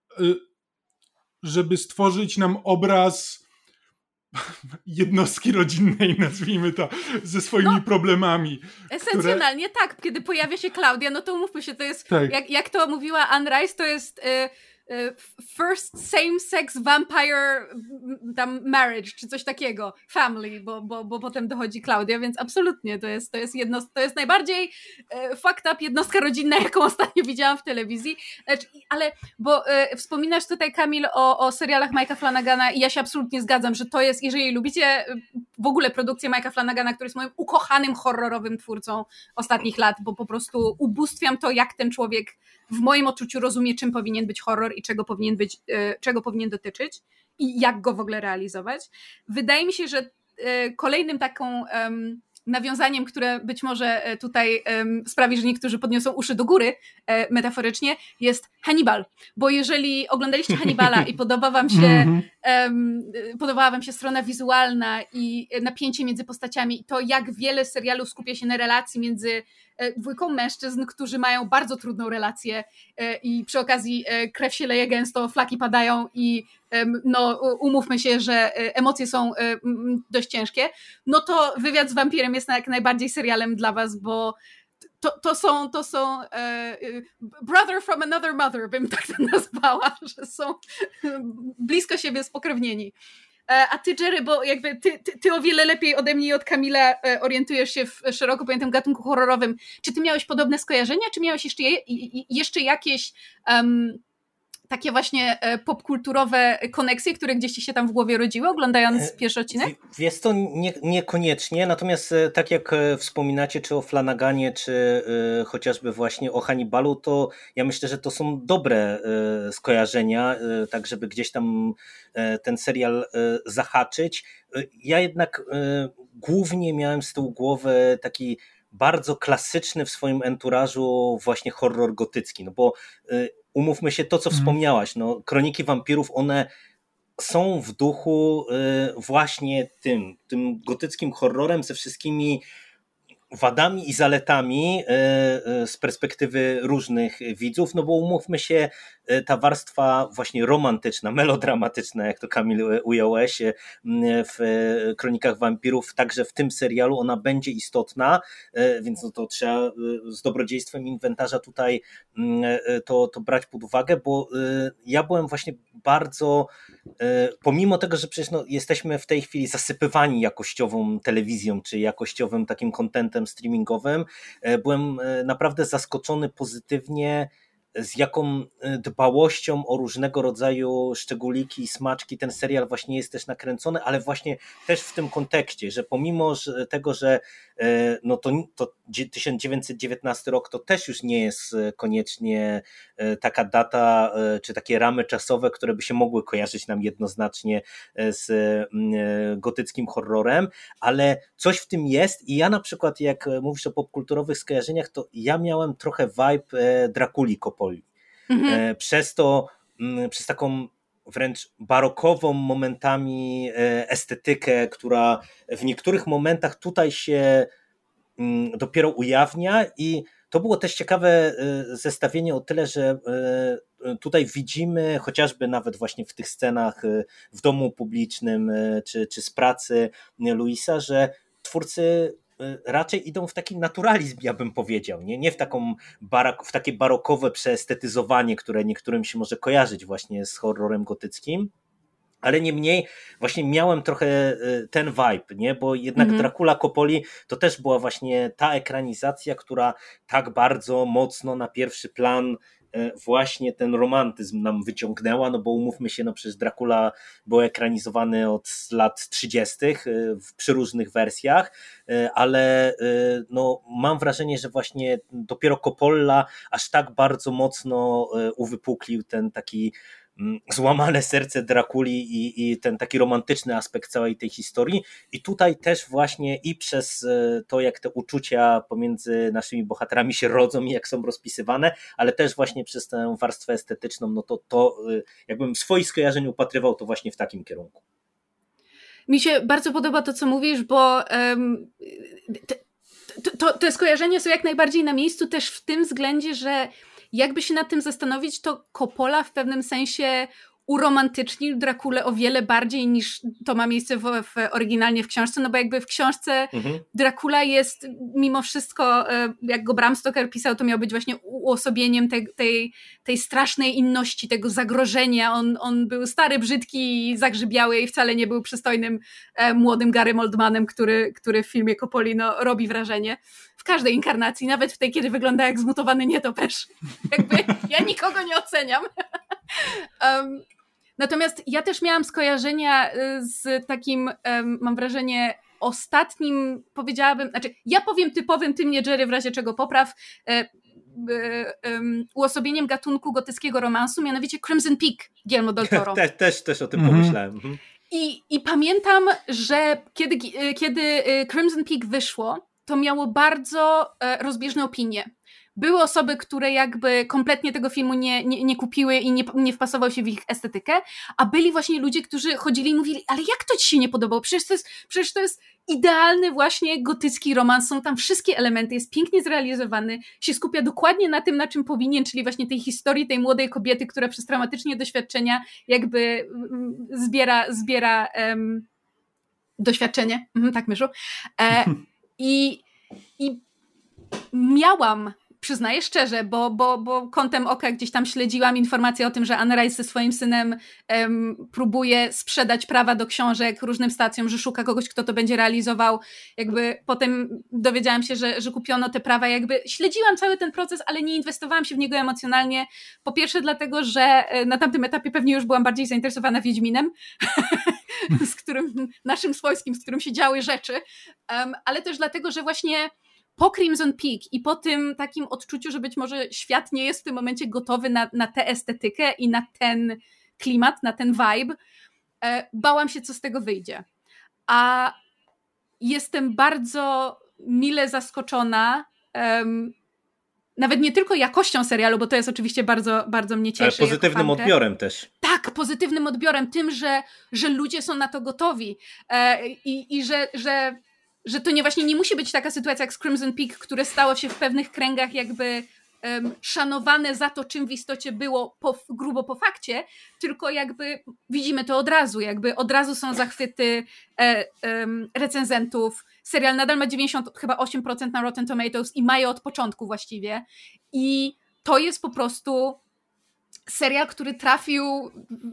żeby stworzyć nam obraz jednostki rodzinnej, nazwijmy to, ze swoimi no, problemami. Esencjonalnie które... tak, kiedy pojawia się Klaudia, no to umówmy się, to jest, tak. jak, jak to mówiła Anne Rice, to jest y, y, first same-sex vampire tam marriage, czy coś takiego, family, bo, bo, bo potem dochodzi Klaudia, więc absolutnie to jest, to jest, jedno, to jest najbardziej y, fucked up jednostka rodzinna, jaką ostatnio widziałam w telewizji, znaczy, ale, bo y, wspominasz tutaj, Kamil, o, o serialach Mike'a Flanagana i ja się absolutnie zgadzam, że to jest, jeżeli lubicie w ogóle produkcję Mike'a Flanagana, który jest moim ukochanym horrorowym twórcą ostatnich lat, bo po prostu ubóstwiam to, jak ten człowiek w moim odczuciu rozumie, czym powinien być horror i czego powinien być, czego powinien dotyczyć i jak go w ogóle realizować. Wydaje mi się, że kolejnym taką um, nawiązaniem, które być może tutaj um, sprawi, że niektórzy podniosą uszy do góry e, metaforycznie, jest Hannibal. Bo jeżeli oglądaliście Hannibala i podoba wam się um, podobała wam się strona wizualna i napięcie między postaciami i to, jak wiele serialów skupia się na relacji między dwójką mężczyzn, którzy mają bardzo trudną relację i przy okazji krew się leje gęsto, flaki padają i no umówmy się, że emocje są dość ciężkie, no to Wywiad z wampirem jest jak najbardziej serialem dla was, bo to, to są, to są uh, brother from another mother, bym tak to nazwała, że są blisko siebie spokrewnieni. A ty, Jerry, bo jakby ty, ty, ty o wiele lepiej ode mnie i od Kamila orientujesz się w szeroko pojętym gatunku horrorowym. Czy ty miałeś podobne skojarzenia, czy miałeś jeszcze, je, jeszcze jakieś um, takie właśnie popkulturowe koneksje, które gdzieś ci się tam w głowie rodziły, oglądając pierwszy odcinek? Wiesz to nie, niekoniecznie, natomiast tak jak wspominacie, czy o Flanaganie, czy y, chociażby właśnie o Hannibalu, to ja myślę, że to są dobre y, skojarzenia, y, tak żeby gdzieś tam y, ten serial y, zahaczyć. Y, ja jednak y, głównie miałem z tyłu głowy taki bardzo klasyczny w swoim enturażu właśnie horror gotycki, no bo y, umówmy się, to co wspomniałaś, no Kroniki Wampirów, one są w duchu y, właśnie tym, tym gotyckim horrorem ze wszystkimi wadami i zaletami z perspektywy różnych widzów, no bo umówmy się, ta warstwa właśnie romantyczna, melodramatyczna, jak to Kamil ująłeś, w Kronikach Wampirów, także w tym serialu ona będzie istotna, więc no to trzeba z dobrodziejstwem inwentarza tutaj to, to brać pod uwagę, bo ja byłem właśnie bardzo, pomimo tego, że przecież no jesteśmy w tej chwili zasypywani jakościową telewizją, czy jakościowym takim kontentem streamingowym, byłem naprawdę zaskoczony pozytywnie, z jaką dbałością o różnego rodzaju szczególiki i smaczki ten serial właśnie jest też nakręcony, ale właśnie też w tym kontekście, że pomimo że tego, że no to, to tysiąc dziewięćset dziewiętnasty rok to też już nie jest koniecznie taka data, czy takie ramy czasowe, które by się mogły kojarzyć nam jednoznacznie z gotyckim horrorem, ale coś w tym jest i ja na przykład, jak mówisz o popkulturowych skojarzeniach, to ja miałem trochę vibe Drakuli Coppoli. Mhm. Przez to, przez taką wręcz barokową momentami estetykę, która w niektórych momentach tutaj się dopiero ujawnia i to było też ciekawe zestawienie o tyle, że tutaj widzimy chociażby nawet właśnie w tych scenach w domu publicznym czy, czy z pracy Louisa, że twórcy raczej idą w taki naturalizm, ja bym powiedział, nie, nie w, taką barak, w takie barokowe przeestetyzowanie, które niektórym się może kojarzyć właśnie z horrorem gotyckim, ale niemniej właśnie miałem trochę ten vibe, nie? Bo jednak mm-hmm. Dracula Coppoli to też była właśnie ta ekranizacja, która tak bardzo mocno na pierwszy plan właśnie ten romantyzm nam wyciągnęła, no bo umówmy się, no przecież Dracula był ekranizowany od lat trzydziestych w przeróżnych wersjach, ale no mam wrażenie, że właśnie dopiero Coppola aż tak bardzo mocno uwypuklił ten taki złamane serce Drakuli i, i ten taki romantyczny aspekt całej tej historii i tutaj też właśnie i przez to, jak te uczucia pomiędzy naszymi bohaterami się rodzą i jak są rozpisywane, ale też właśnie przez tę warstwę estetyczną, no to, to jakbym swoich skojarzeń upatrywał to właśnie w takim kierunku. Mi się bardzo podoba to, co mówisz, bo um, te, to, te skojarzenia są jak najbardziej na miejscu też w tym względzie, że jakby się nad tym zastanowić, to Coppola w pewnym sensie uromantycznił Drakulę o wiele bardziej niż to ma miejsce w, w, oryginalnie w książce, no bo jakby w książce mhm. Dracula jest mimo wszystko, jak go Bram Stoker pisał, to miał być właśnie uosobieniem tej, tej, tej strasznej inności, tego zagrożenia. On, on był stary, brzydki i zagrzybiały i wcale nie był przystojnym e, młodym Garym Oldmanem, który, który w filmie Coppoli no, robi wrażenie. W każdej inkarnacji, nawet w tej, kiedy wygląda jak zmutowany nietoperz. Jakby ja nikogo nie oceniam. Um, natomiast ja też miałam skojarzenia z takim, um, mam wrażenie, ostatnim, powiedziałabym, znaczy ja powiem typowym, ty mnie Jerry w razie czego popraw, e, e, um, uosobieniem gatunku gotyckiego romansu, mianowicie Crimson Peak Guillermo del Toro. Te, też, też o tym mhm. pomyślałem. Mhm. I, I pamiętam, że kiedy, kiedy Crimson Peak wyszło, to miało bardzo rozbieżne opinie. Były osoby, które jakby kompletnie tego filmu nie, nie, nie kupiły i nie, nie wpasował się w ich estetykę, a byli właśnie ludzie, którzy chodzili i mówili, ale jak to ci się nie podobało? Przecież to jest, przecież to jest idealny właśnie gotycki romans, są tam wszystkie elementy, jest pięknie zrealizowany, się skupia dokładnie na tym, na czym powinien, czyli właśnie tej historii tej młodej kobiety, która przez traumatyczne doświadczenia jakby zbiera, zbiera um, doświadczenie, mhm, tak myszu, e, i, i miałam przyznaję szczerze, bo, bo, bo kątem oka gdzieś tam śledziłam informacje o tym, że Anne Rice ze swoim synem um, próbuje sprzedać prawa do książek różnym stacjom, że szuka kogoś, kto to będzie realizował. Jakby potem dowiedziałam się, że, że kupiono te prawa. Jakby śledziłam cały ten proces, ale nie inwestowałam się w niego emocjonalnie. Po pierwsze dlatego, że na tamtym etapie pewnie już byłam bardziej zainteresowana Wiedźminem, z którym, naszym swojskim, z którym się działy rzeczy, um, ale też dlatego, że właśnie po Crimson Peak i po tym takim odczuciu, że być może świat nie jest w tym momencie gotowy na, na tę estetykę i na ten klimat, na ten vibe, e, bałam się, co z tego wyjdzie. A jestem bardzo mile zaskoczona, um, nawet nie tylko jakością serialu, bo to jest oczywiście bardzo, bardzo mnie cieszy. Ale pozytywnym odbiorem też. Tak, pozytywnym odbiorem, tym, że, że ludzie są na to gotowi e, i, i że, że że to nie właśnie nie musi być taka sytuacja jak z Crimson Peak, które stało się w pewnych kręgach jakby um, szanowane za to, czym w istocie było po, grubo po fakcie, tylko jakby widzimy to od razu, jakby od razu są zachwyty e, um, recenzentów. Serial nadal ma dziewięćdziesiąt chyba osiem procent na Rotten Tomatoes i ma je od początku właściwie. I to jest po prostu serial, który trafił,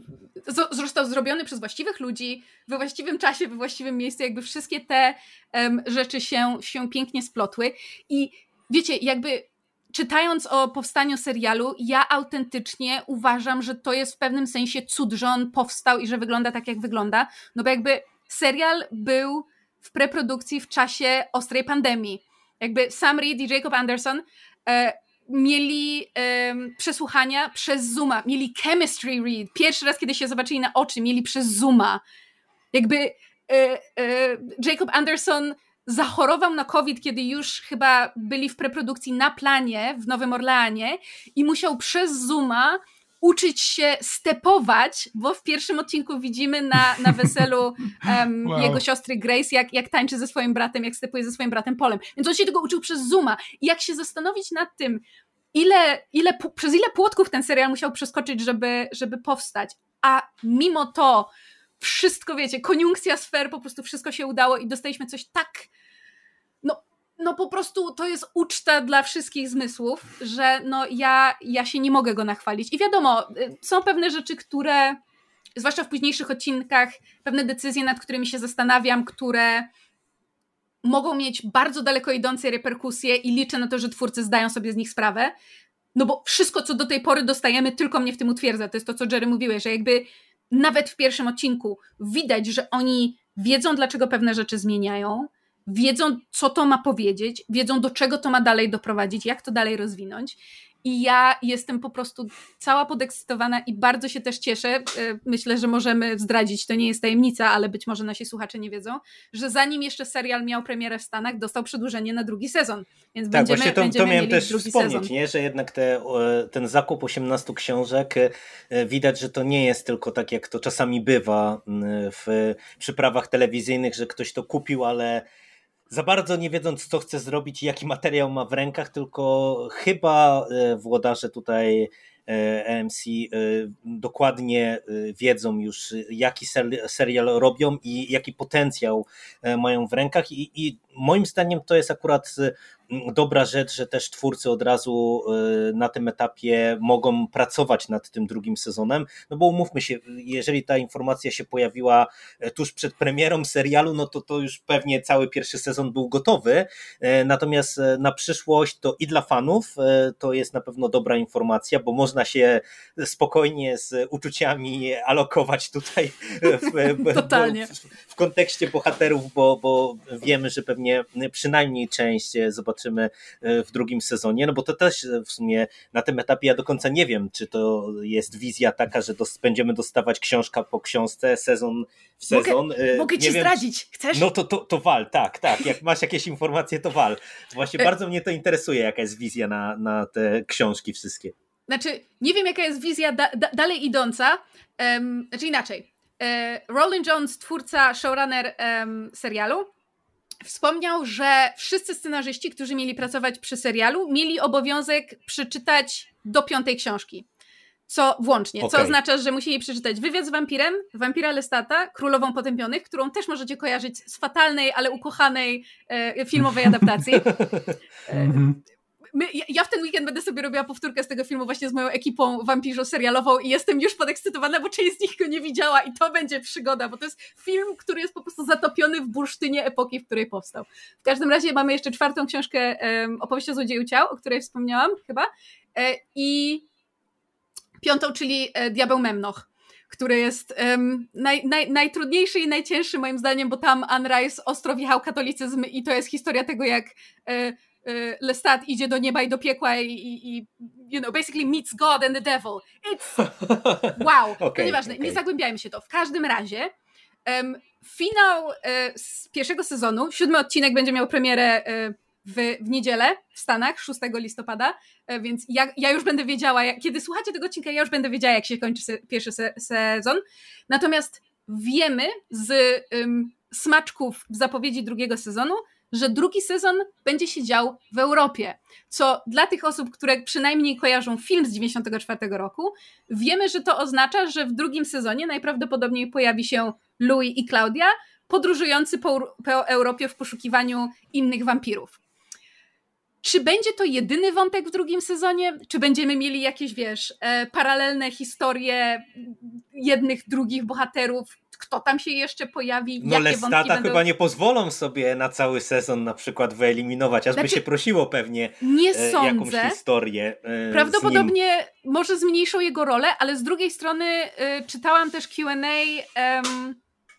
został zrobiony przez właściwych ludzi, we właściwym czasie, we właściwym miejscu, jakby wszystkie te um, rzeczy się, się pięknie splotły i wiecie, jakby czytając o powstaniu serialu, ja autentycznie uważam, że to jest w pewnym sensie cud, że on powstał i że wygląda tak, jak wygląda, no bo jakby serial był w preprodukcji w czasie ostrej pandemii. Jakby Sam Reed i Jacob Anderson e, mieli um, przesłuchania przez Zooma, mieli chemistry read, pierwszy raz, kiedy się zobaczyli na oczy, mieli przez Zooma. Jakby e, e, Jacob Anderson zachorował na COVID, kiedy już chyba byli w preprodukcji na planie w Nowym Orleanie i musiał przez Zooma uczyć się stepować, bo w pierwszym odcinku widzimy na, na weselu um, wow. jego siostry Grace, jak, jak tańczy ze swoim bratem, jak stepuje ze swoim bratem Polem. Więc on się tego uczył przez Zooma. I jak się zastanowić nad tym, ile, ile, przez ile płotków ten serial musiał przeskoczyć, żeby, żeby powstać. A mimo to wszystko, wiecie, koniunkcja sfer, po prostu wszystko się udało i dostaliśmy coś tak, no, no po prostu to jest uczta dla wszystkich zmysłów, że no ja, ja się nie mogę go nachwalić. I wiadomo, są pewne rzeczy, które, zwłaszcza w późniejszych odcinkach, pewne decyzje, nad którymi się zastanawiam, które mogą mieć bardzo daleko idące reperkusje i liczę na to, że twórcy zdają sobie z nich sprawę, no bo wszystko, co do tej pory dostajemy, tylko mnie w tym utwierdza. To jest to, co Jerry mówiłeś, że jakby nawet w pierwszym odcinku widać, że oni wiedzą, dlaczego pewne rzeczy zmieniają, wiedzą, co to ma powiedzieć, wiedzą, do czego to ma dalej doprowadzić, jak to dalej rozwinąć. I ja jestem po prostu cała podekscytowana i bardzo się też cieszę. Myślę, że możemy zdradzić, to nie jest tajemnica, ale być może nasi słuchacze nie wiedzą, że zanim jeszcze serial miał premierę w Stanach, dostał przedłużenie na drugi sezon. Więc tak, będziemy, właśnie to, będziemy to miałem mieli też drugi wspomnieć, sezon. nie? Że jednak te, ten zakup osiemnastu książek, widać, że to nie jest tylko tak, jak to czasami bywa w przyprawach telewizyjnych, że ktoś to kupił, ale za bardzo nie wiedząc, co chce zrobić i jaki materiał ma w rękach, tylko chyba włodarze tutaj E M C dokładnie wiedzą już, jaki serial robią i jaki potencjał mają w rękach i, i moim zdaniem to jest akurat dobra rzecz, że też twórcy od razu na tym etapie mogą pracować nad tym drugim sezonem, no bo umówmy się, jeżeli ta informacja się pojawiła tuż przed premierą serialu, no to to już pewnie cały pierwszy sezon był gotowy, natomiast na przyszłość to i dla fanów to jest na pewno dobra informacja, bo można się spokojnie z uczuciami alokować tutaj w, Totalnie. w, w kontekście bohaterów, bo, bo wiemy, że pewnie przynajmniej część zobaczymy w drugim sezonie, no bo to też w sumie na tym etapie ja do końca nie wiem, czy to jest wizja taka, że dos- będziemy dostawać książka po książce, sezon w sezon. Mogę, mogę ci wiem, zdradzić, chcesz? No to, to, to wal, tak, tak, jak masz jakieś informacje, to wal. Właśnie bardzo mnie to interesuje, jaka jest wizja na, na te książki wszystkie. Znaczy, nie wiem, jaka jest wizja da- da- dalej idąca, um, znaczy inaczej. E, Rowling Jones, twórca, showrunner um, serialu, wspomniał, że wszyscy scenarzyści, którzy mieli pracować przy serialu, mieli obowiązek przeczytać do piątej książki. Co włącznie, okay. Co oznacza, że musieli przeczytać Wywiad z wampirem, Vampira Lestata, Królową Potępionych, którą też możecie kojarzyć z fatalnej, ale ukochanej e, filmowej adaptacji. E, my, ja w ten weekend będę sobie robiła powtórkę z tego filmu właśnie z moją ekipą wampirzo serialową i jestem już podekscytowana, bo część z nich go nie widziała i to będzie przygoda, bo to jest film, który jest po prostu zatopiony w bursztynie epoki, w której powstał. W każdym razie mamy jeszcze czwartą książkę um, Opowieść o Złodzieju Ciał, o której wspomniałam chyba, e, i piątą, czyli e, Diabeł Memnoch, który jest um, naj, naj, najtrudniejszy i najcięższy moim zdaniem, bo tam Anne Rice ostro wjechał katolicyzm i to jest historia tego, jak e, e, Lestat idzie do nieba i do piekła i, i, i you know, basically meets God and the devil. It's wow. Okay, to nieważne, okay. Nie zagłębiajmy się to. W każdym razie um, finał e, z pierwszego sezonu, siódmy odcinek będzie miał premierę e, W, w niedzielę w Stanach, szóstego listopada, więc ja, ja już będę wiedziała, jak, kiedy słuchacie tego odcinka, ja już będę wiedziała, jak się kończy se, pierwszy se, sezon. Natomiast wiemy z um, smaczków w zapowiedzi drugiego sezonu, że drugi sezon będzie się dział w Europie, co dla tych osób, które przynajmniej kojarzą film z dziewięćdziesiątego czwartego roku, wiemy, że to oznacza, że w drugim sezonie najprawdopodobniej pojawi się Louis i Claudia, podróżujący po, po Europie w poszukiwaniu innych wampirów. Czy będzie to jedyny wątek w drugim sezonie? Czy będziemy mieli jakieś, wiesz, e, paralelne historie jednych, drugich bohaterów? Kto tam się jeszcze pojawi? No Lestata będą... chyba nie pozwolą sobie na cały sezon na przykład wyeliminować, aż znaczy, by się prosiło pewnie nie e, sądzę. jakąś historię. E, Prawdopodobnie może zmniejszą jego rolę, ale z drugiej strony e, czytałam też Q and A em,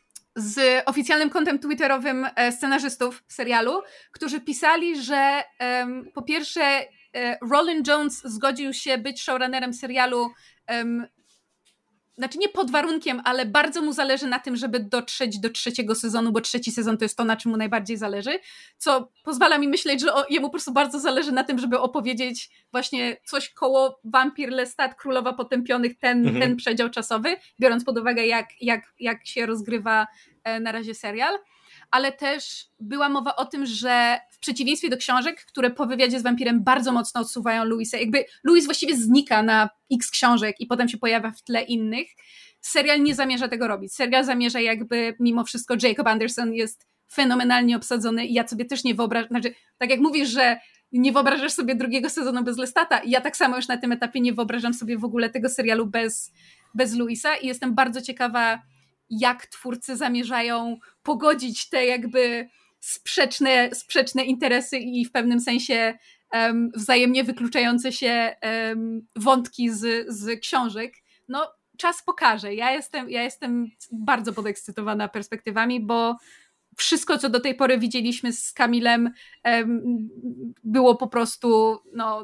z oficjalnym kontem twitterowym scenarzystów serialu, którzy pisali, że um, po pierwsze um, Roland Jones zgodził się być showrunnerem serialu, um, znaczy nie pod warunkiem, ale bardzo mu zależy na tym, żeby dotrzeć do trzeciego sezonu, bo trzeci sezon to jest to, na czym mu najbardziej zależy, co pozwala mi myśleć, że o, jemu po prostu bardzo zależy na tym, żeby opowiedzieć właśnie coś koło Wampir, Lestat, Królowa Potępionych, ten, mhm. ten przedział czasowy, biorąc pod uwagę, jak, jak, jak się rozgrywa e, na razie serial. Ale też była mowa o tym, że w przeciwieństwie do książek, które po wywiadzie z wampirem bardzo mocno odsuwają Louisa, jakby Louis właściwie znika na x książek i potem się pojawia w tle innych, serial nie zamierza tego robić. Serial zamierza jakby mimo wszystko, Jacob Anderson jest fenomenalnie obsadzony i ja sobie też nie wyobrażam, znaczy tak jak mówisz, że nie wyobrażasz sobie drugiego sezonu bez Lestata, ja tak samo już na tym etapie nie wyobrażam sobie w ogóle tego serialu bez, bez Louisa i jestem bardzo ciekawa, jak twórcy zamierzają pogodzić te jakby sprzeczne, sprzeczne interesy i w pewnym sensie um, wzajemnie wykluczające się um, wątki z, z książek. No, czas pokaże. Ja jestem, ja jestem bardzo podekscytowana perspektywami, bo wszystko, co do tej pory widzieliśmy z Kamilem, um, było po prostu no...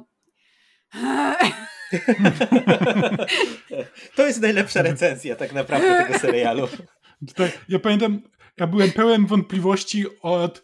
To jest najlepsza recenzja tak naprawdę tego serialu. Ja pamiętam, ja byłem pełen wątpliwości od,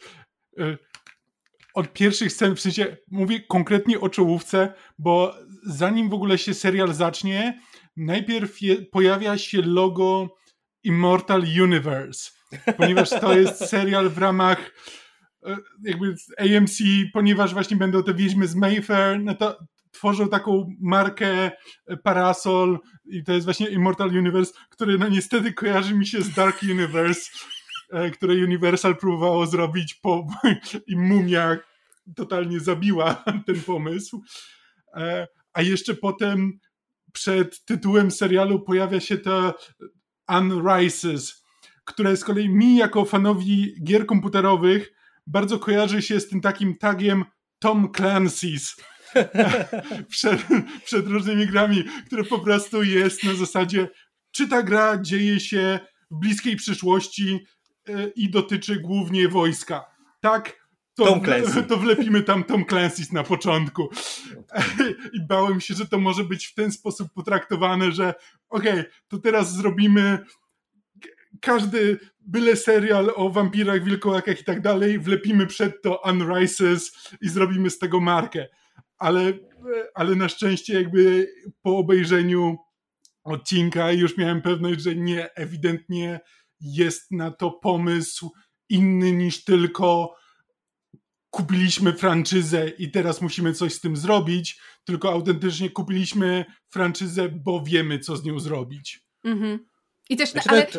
od pierwszych scen, w sensie mówię konkretnie o czołówce, bo zanim w ogóle się serial zacznie, najpierw je, pojawia się logo Immortal Universe, ponieważ to jest serial w ramach jakby A M C, ponieważ właśnie będą te Wiedźmy z Mayfair, no to tworzą taką markę Parasol i to jest właśnie Immortal Universe, który no niestety kojarzy mi się z Dark Universe, które Universal próbowało zrobić po i Mumia totalnie zabiła ten pomysł. A jeszcze potem przed tytułem serialu pojawia się ta Unrises, które z kolei mi jako fanowi gier komputerowych bardzo kojarzy się z tym takim tagiem Tom Clancy's. przed, przed różnymi grami, które po prostu jest na zasadzie, czy ta gra dzieje się w bliskiej przyszłości yy, i dotyczy głównie wojska. Tak, to, Tom Clancy. to wlepimy tam Tom Clancy's na początku. I bałem się, że to może być w ten sposób potraktowane, że okej, okay, to teraz zrobimy każdy byle serial o wampirach, wilkołakach i tak dalej, wlepimy przed to Unrises i zrobimy z tego markę. Ale, ale na szczęście jakby po obejrzeniu odcinka już miałem pewność, że nie, ewidentnie jest na to pomysł inny niż tylko kupiliśmy franczyzę i teraz musimy coś z tym zrobić, tylko autentycznie kupiliśmy franczyzę, bo wiemy, co z nią zrobić. Mhm. I też, znaczy, ale... to...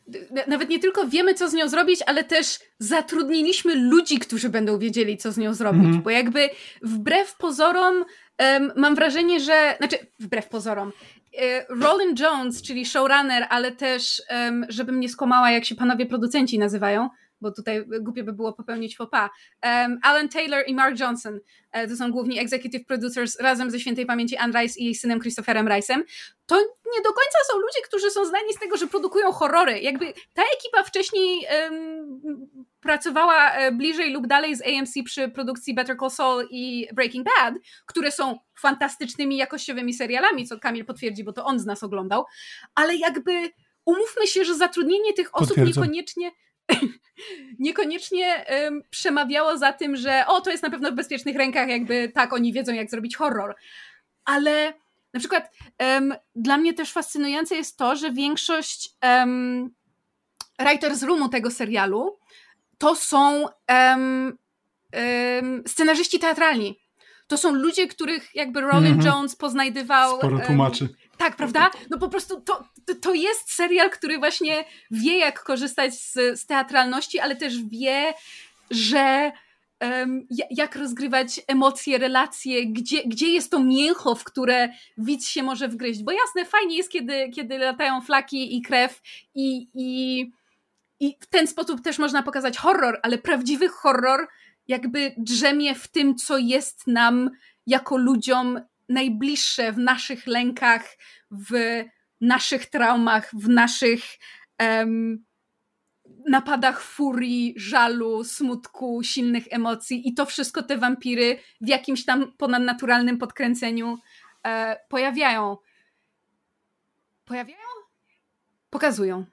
nawet nie tylko wiemy, co z nią zrobić, ale też zatrudniliśmy ludzi, którzy będą wiedzieli, co z nią zrobić, mm. bo jakby wbrew pozorom um, mam wrażenie, że, znaczy wbrew pozorom, Roland Jones, czyli showrunner, ale też, um, żebym nie skłamała, jak się panowie producenci nazywają, bo tutaj głupio by było popełnić faux pas. Um, Alan Taylor i Mark Johnson, e, to są główni executive producers razem ze świętej pamięci Anne Rice i jej synem Christopherem Rice'em. To nie do końca są ludzie, którzy są znani z tego, że produkują horrory. Jakby ta ekipa wcześniej um, pracowała bliżej lub dalej z A M C przy produkcji Better Call Saul i Breaking Bad, które są fantastycznymi, jakościowymi serialami, co Kamil potwierdzi, bo to on z nas oglądał, ale jakby umówmy się, że zatrudnienie tych osób Potwierdzam. niekoniecznie niekoniecznie um, przemawiało za tym, że o, to jest na pewno w bezpiecznych rękach, jakby tak, oni wiedzą, jak zrobić horror. Ale na przykład um, dla mnie też fascynujące jest to, że większość um, writers roomu tego serialu to są um, um, scenarzyści teatralni. To są ludzie, których jakby Roland mm-hmm. Jones poznajdywał. Sporo tłumaczy. Um, tak, prawda? No po prostu to, to, to jest serial, który właśnie wie, jak korzystać z, z teatralności, ale też wie, że um, jak rozgrywać emocje, relacje, gdzie, gdzie jest to mięcho, w które widz się może wgryźć. Bo jasne, fajnie jest, kiedy, kiedy latają flaki i krew i, i, i w ten sposób też można pokazać horror, ale prawdziwy horror jakby drzemie w tym, co jest nam jako ludziom najbliższe, w naszych lękach, w naszych traumach, w naszych um, napadach furii, żalu, smutku, silnych emocji i to wszystko te wampiry w jakimś tam ponadnaturalnym podkręceniu e, pojawiają. Pojawiają? Pokazują.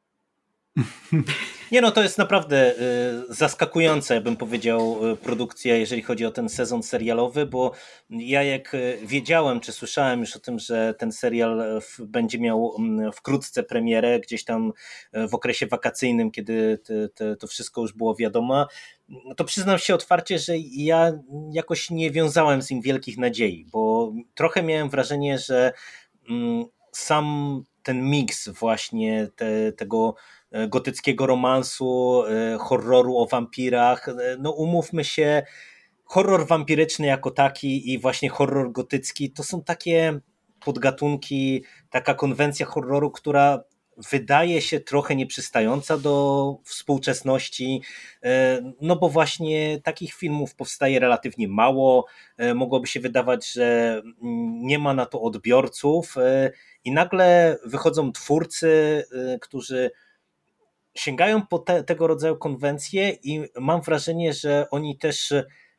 Nie no, to jest naprawdę y, zaskakująca, ja bym powiedział, y, produkcja, jeżeli chodzi o ten sezon serialowy, bo ja jak wiedziałem, czy słyszałem już o tym, że ten serial w, będzie miał m, wkrótce premierę, gdzieś tam w okresie wakacyjnym, kiedy te, te, to wszystko już było wiadomo, to przyznam się otwarcie, że ja jakoś nie wiązałem z nim wielkich nadziei, bo trochę miałem wrażenie, że m, sam ten miks właśnie te, tego gotyckiego romansu, horroru o wampirach, no umówmy się, horror wampiryczny jako taki i właśnie horror gotycki to są takie podgatunki, taka konwencja horroru, która wydaje się trochę nieprzystająca do współczesności, no bo właśnie takich filmów powstaje relatywnie mało, mogłoby się wydawać, że nie ma na to odbiorców i nagle wychodzą twórcy, którzy sięgają po te, tego rodzaju konwencje i mam wrażenie, że oni też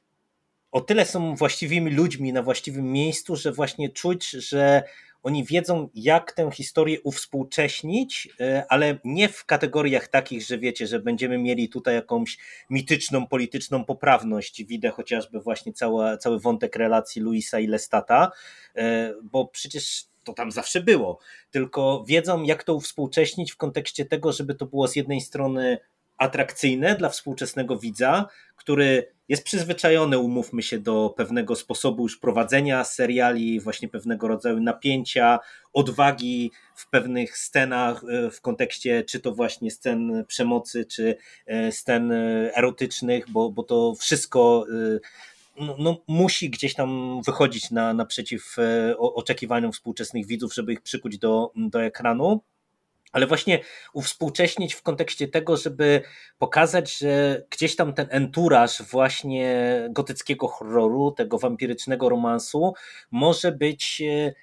o tyle są właściwymi ludźmi na właściwym miejscu, że właśnie czuć, że oni wiedzą, jak tę historię uwspółcześnić, ale nie w kategoriach takich, że wiecie, że będziemy mieli tutaj jakąś mityczną, polityczną poprawność. Widzę chociażby właśnie cała, cały wątek relacji Louisa i Lestata, bo przecież to tam zawsze było, tylko wiedzą, jak to uwspółcześnić w kontekście tego, żeby to było z jednej strony atrakcyjne dla współczesnego widza, który jest przyzwyczajony, umówmy się, do pewnego sposobu już prowadzenia seriali, właśnie pewnego rodzaju napięcia, odwagi w pewnych scenach w kontekście czy to właśnie scen przemocy, czy scen erotycznych, bo, bo to wszystko No, no, musi gdzieś tam wychodzić na, naprzeciw oczekiwaniom współczesnych widzów, żeby ich przykuć do, do ekranu, ale właśnie uwspółcześnić w kontekście tego, żeby pokazać, że gdzieś tam ten enturaż właśnie gotyckiego horroru, tego wampirycznego romansu może być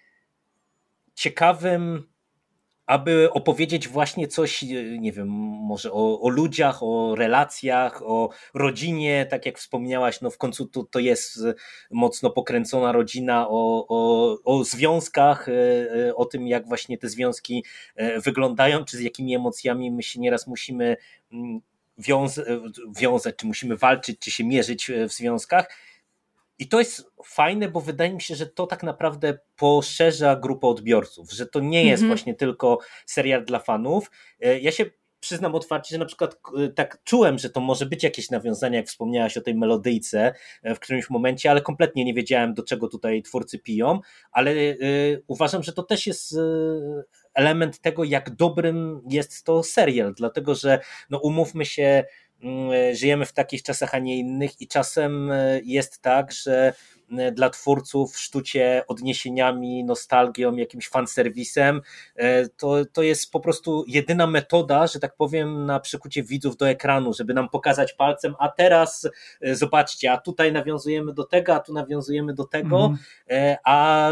ciekawym, aby opowiedzieć właśnie coś, nie wiem, może o, o ludziach, o relacjach, o rodzinie, tak jak wspomniałaś, no w końcu to, to jest mocno pokręcona rodzina, o, o, o związkach, o tym, jak właśnie te związki wyglądają, czy z jakimi emocjami my się nieraz musimy wiąza- wiązać, czy musimy walczyć, czy się mierzyć w związkach. I to jest fajne, bo wydaje mi się, że to tak naprawdę poszerza grupę odbiorców, że to nie jest mm-hmm. właśnie tylko serial dla fanów. Ja się przyznam otwarcie, że na przykład tak czułem, że to może być jakieś nawiązanie, jak wspomniałaś o tej melodyjce w którymś momencie, ale kompletnie nie wiedziałem, do czego tutaj twórcy piją, ale y, uważam, że to też jest y, element tego, jak dobrym jest to serial, dlatego że no umówmy się, y, żyjemy w takich czasach, a nie innych i czasem y, jest tak, że dla twórców sztucie odniesieniami, nostalgią, jakimś fanserwisem, to, to jest po prostu jedyna metoda, że tak powiem, na przykucie widzów do ekranu, żeby nam pokazać palcem, a teraz zobaczcie, a tutaj nawiązujemy do tego, a tu nawiązujemy do tego, mm. a,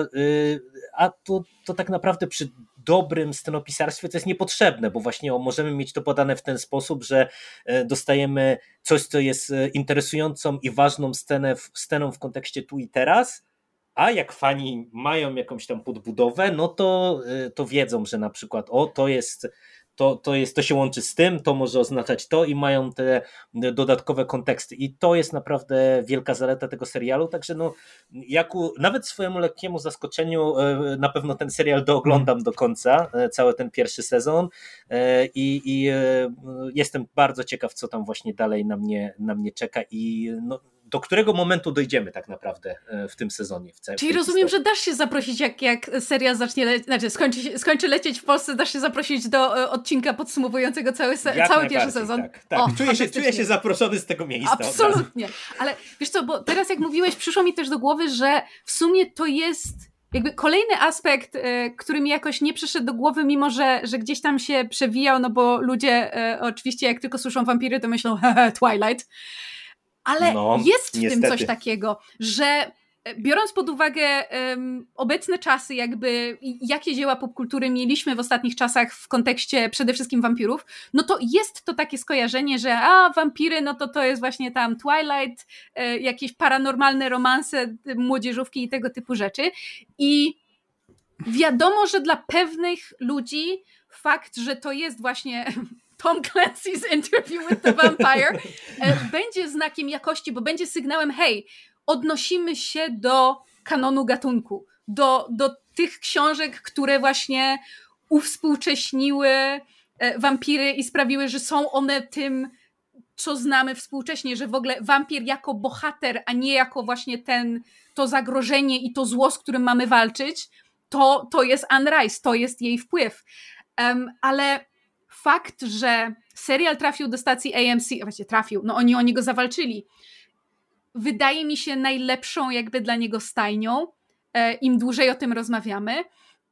a to, to tak naprawdę przy dobrym scenopisarstwie to jest niepotrzebne, bo właśnie możemy mieć to podane w ten sposób, że dostajemy coś, co jest interesującą i ważną scenę, sceną w kontekście tu i teraz, a jak fani mają jakąś tam podbudowę, no to, to wiedzą, że na przykład o, to jest To, to, jest, to się łączy z tym, to może oznaczać to i mają te dodatkowe konteksty i to jest naprawdę wielka zaleta tego serialu, także no, ja ku, nawet swojemu lekkiemu zaskoczeniu na pewno ten serial dooglądam do końca, cały ten pierwszy sezon i, i jestem bardzo ciekaw, co tam właśnie dalej na mnie, na mnie czeka i no, do którego momentu dojdziemy tak naprawdę w tym sezonie. W całej, Czyli w rozumiem, historii. że dasz się zaprosić, jak, jak serial zacznie, le- znaczy skończy, skończy lecieć w Polsce, dasz się zaprosić do e, odcinka podsumowującego cały, se- cały pierwszy sezon. Tak, tak. O, czuję, się, czuję się zaproszony z tego miejsca. Absolutnie. Ale wiesz co, bo teraz jak mówiłeś, przyszło mi też do głowy, że w sumie to jest jakby kolejny aspekt, e, który mi jakoś nie przyszedł do głowy, mimo że, że gdzieś tam się przewijał, no bo ludzie e, oczywiście jak tylko słyszą wampiry, to myślą hehe, Twilight. Ale no, jest w niestety. tym coś takiego, że biorąc pod uwagę um, obecne czasy, jakby jakie dzieła popkultury mieliśmy w ostatnich czasach w kontekście przede wszystkim wampirów, no to jest to takie skojarzenie, że a, wampiry, no to to jest właśnie tam Twilight, e, jakieś paranormalne romanse, młodzieżówki i tego typu rzeczy. I wiadomo, że dla pewnych ludzi fakt, że to jest właśnie Tom Clancy's Interview with the Vampire e, będzie znakiem jakości, bo będzie sygnałem, hej, odnosimy się do kanonu gatunku, do, do tych książek, które właśnie uwspółcześniły e, wampiry i sprawiły, że są one tym, co znamy współcześnie, że w ogóle wampir jako bohater, a nie jako właśnie ten, to zagrożenie i to zło, z którym mamy walczyć, to, to jest Anne Rice, to jest jej wpływ. Um, ale fakt, że serial trafił do stacji A M C, właściwie trafił, no oni o niego zawalczyli, wydaje mi się najlepszą jakby dla niego stajnią, e, im dłużej o tym rozmawiamy,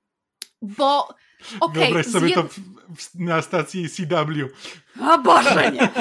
bo okej. Okay, Wyobraź sobie zje... to w, w, na stacji C W. O Boże, nie!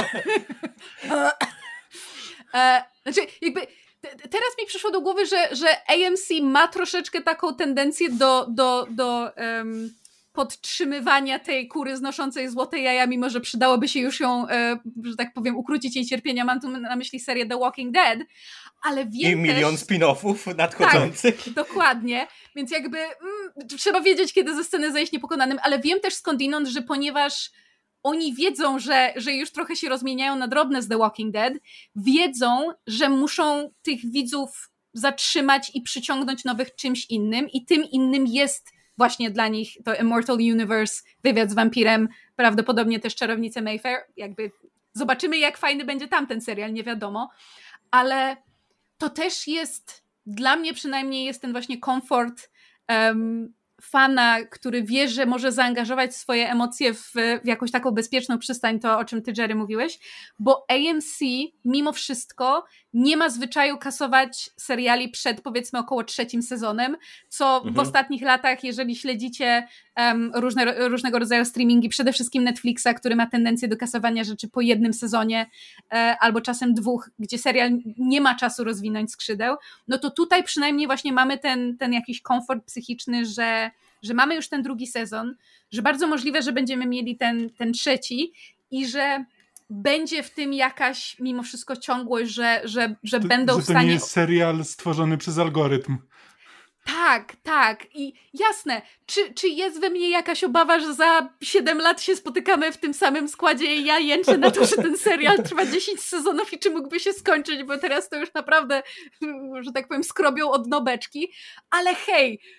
e, znaczy jakby t- teraz mi przyszło do głowy, że, że A M C ma troszeczkę taką tendencję do, do, do um, podtrzymywania tej kury znoszącej złote jaja, mimo że przydałoby się już ją, e, że tak powiem, ukrócić jej cierpienia. Mam tu na myśli serię The Walking Dead, ale wiem I milion też... spin-offów nadchodzących. Tak, dokładnie. Więc jakby mm, trzeba wiedzieć, kiedy ze sceny zejść niepokonanym, ale wiem też skądinąd, że ponieważ oni wiedzą, że, że już trochę się rozmieniają na drobne z The Walking Dead, wiedzą, że muszą tych widzów zatrzymać i przyciągnąć nowych czymś innym i tym innym jest właśnie dla nich to Immortal Universe, wywiad z wampirem, prawdopodobnie też Czarownice Mayfair. Jakby zobaczymy, jak fajny będzie tamten serial, nie wiadomo. Ale to też jest, dla mnie przynajmniej jest ten właśnie komfort um, fana, który wie, że może zaangażować swoje emocje w, w jakąś taką bezpieczną przystań, to o czym ty, Jerry, mówiłeś, bo A M C mimo wszystko nie ma zwyczaju kasować seriali przed powiedzmy około trzecim sezonem, co mhm. w ostatnich latach, jeżeli śledzicie um, różne, różnego rodzaju streamingi, przede wszystkim Netflixa, który ma tendencję do kasowania rzeczy po jednym sezonie e, albo czasem dwóch, gdzie serial nie ma czasu rozwinąć skrzydeł, no to tutaj przynajmniej właśnie mamy ten, ten jakiś komfort psychiczny, że, że mamy już ten drugi sezon, że bardzo możliwe, że będziemy mieli ten, ten trzeci i że będzie w tym jakaś mimo wszystko ciągłość, że, że, że to, będą że w stanie... to nie jest serial stworzony przez algorytm. Tak, tak. I jasne, czy, czy jest we mnie jakaś obawa, że za siedem lat się spotykamy w tym samym składzie i ja jęczę na to, że ten serial trwa dziesięć sezonów i czy mógłby się skończyć, bo teraz to już naprawdę, że tak powiem, skrobią od nobeczki. Ale hej,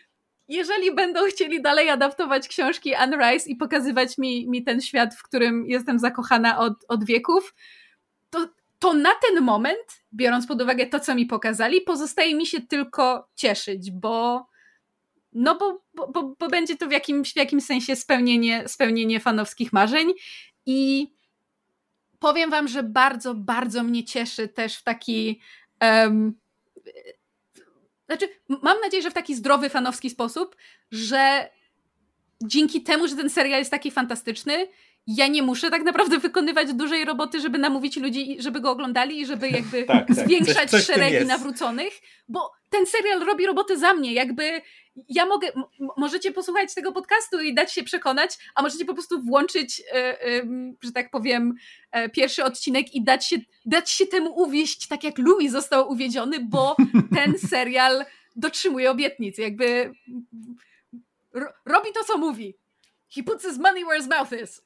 jeżeli będą chcieli dalej adaptować książki Anne Rice i pokazywać mi, mi ten świat, w którym jestem zakochana od, od wieków, to, to na ten moment, biorąc pod uwagę to, co mi pokazali, pozostaje mi się tylko cieszyć, bo no bo, bo, bo, bo będzie to w jakimś, w jakimś sensie spełnienie, spełnienie fanowskich marzeń i powiem wam, że bardzo, bardzo mnie cieszy też w taki um, znaczy, mam nadzieję, że w taki zdrowy, fanowski sposób, że dzięki temu, że ten serial jest taki fantastyczny, ja nie muszę tak naprawdę wykonywać dużej roboty, żeby namówić ludzi, żeby go oglądali i żeby jakby tak, tak. zwiększać coś, coś szeregi nawróconych, bo ten serial robi robotę za mnie, jakby ja mogę, m- możecie posłuchać tego podcastu i dać się przekonać, a możecie po prostu włączyć, yy, yy, że tak powiem, yy, pierwszy odcinek i dać się, dać się temu uwieść, tak jak Louis został uwiedziony, bo ten serial dotrzymuje obietnic, jakby ro- robi to, co mówi. He puts his money where his mouth is.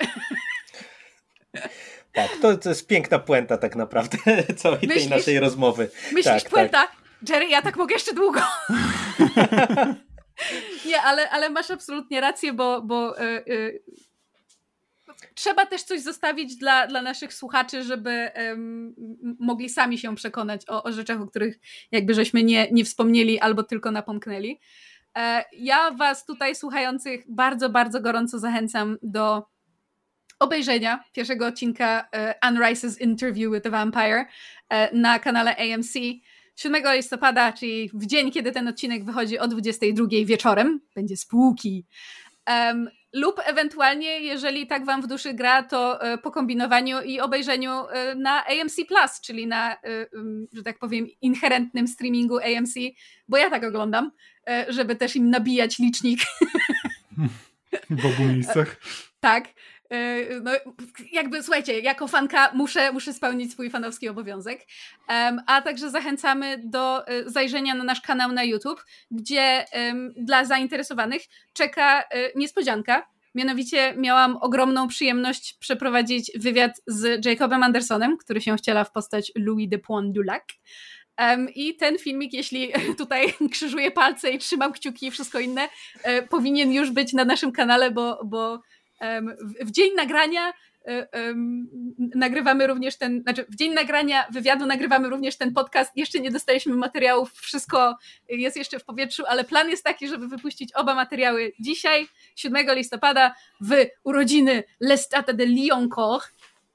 Tak, to, to jest piękna puenta tak naprawdę całej Myślisz? tej naszej rozmowy. Myślisz, tak, puenta? Tak. Jerry, ja tak mogę jeszcze długo. Nie, ale, ale masz absolutnie rację, bo, bo yy, yy, trzeba też coś zostawić dla, dla naszych słuchaczy, żeby yy, mogli sami się przekonać o, o rzeczach, o których jakby żeśmy nie, nie wspomnieli albo tylko napomknęli. Yy, ja was tutaj słuchających bardzo, bardzo gorąco zachęcam do obejrzenia pierwszego odcinka yy, Anne Rice's Interview with the Vampire yy, na kanale A M C siódmego listopada, czyli w dzień, kiedy ten odcinek wychodzi o dwudziestej drugiej wieczorem. Będzie spółki. Um, lub ewentualnie, jeżeli tak wam w duszy gra, to y, po kombinowaniu i obejrzeniu y, na A M C Plus, czyli na, y, y, że tak powiem, inherentnym streamingu A M C, bo ja tak oglądam, y, żeby też im nabijać licznik. W obu miejscach. Tak. No, jakby, słuchajcie, jako fanka muszę, muszę spełnić swój fanowski obowiązek, um, a także zachęcamy do um, zajrzenia na nasz kanał na YouTube, gdzie um, dla zainteresowanych czeka um, niespodzianka. Mianowicie miałam ogromną przyjemność przeprowadzić wywiad z Jacobem Andersonem, który się wciela w postać Louis de Poindulac. Um, I ten filmik, jeśli tutaj krzyżuję palce i trzymam kciuki i wszystko inne, um, powinien już być na naszym kanale, bo, bo um, w, w dzień nagrania um, nagrywamy również ten, znaczy w dzień nagrania wywiadu nagrywamy również ten podcast. Jeszcze nie dostaliśmy materiałów, wszystko jest jeszcze w powietrzu, ale plan jest taki, żeby wypuścić oba materiały dzisiaj, siódmego listopada, w urodziny Lestat de Lioncourt.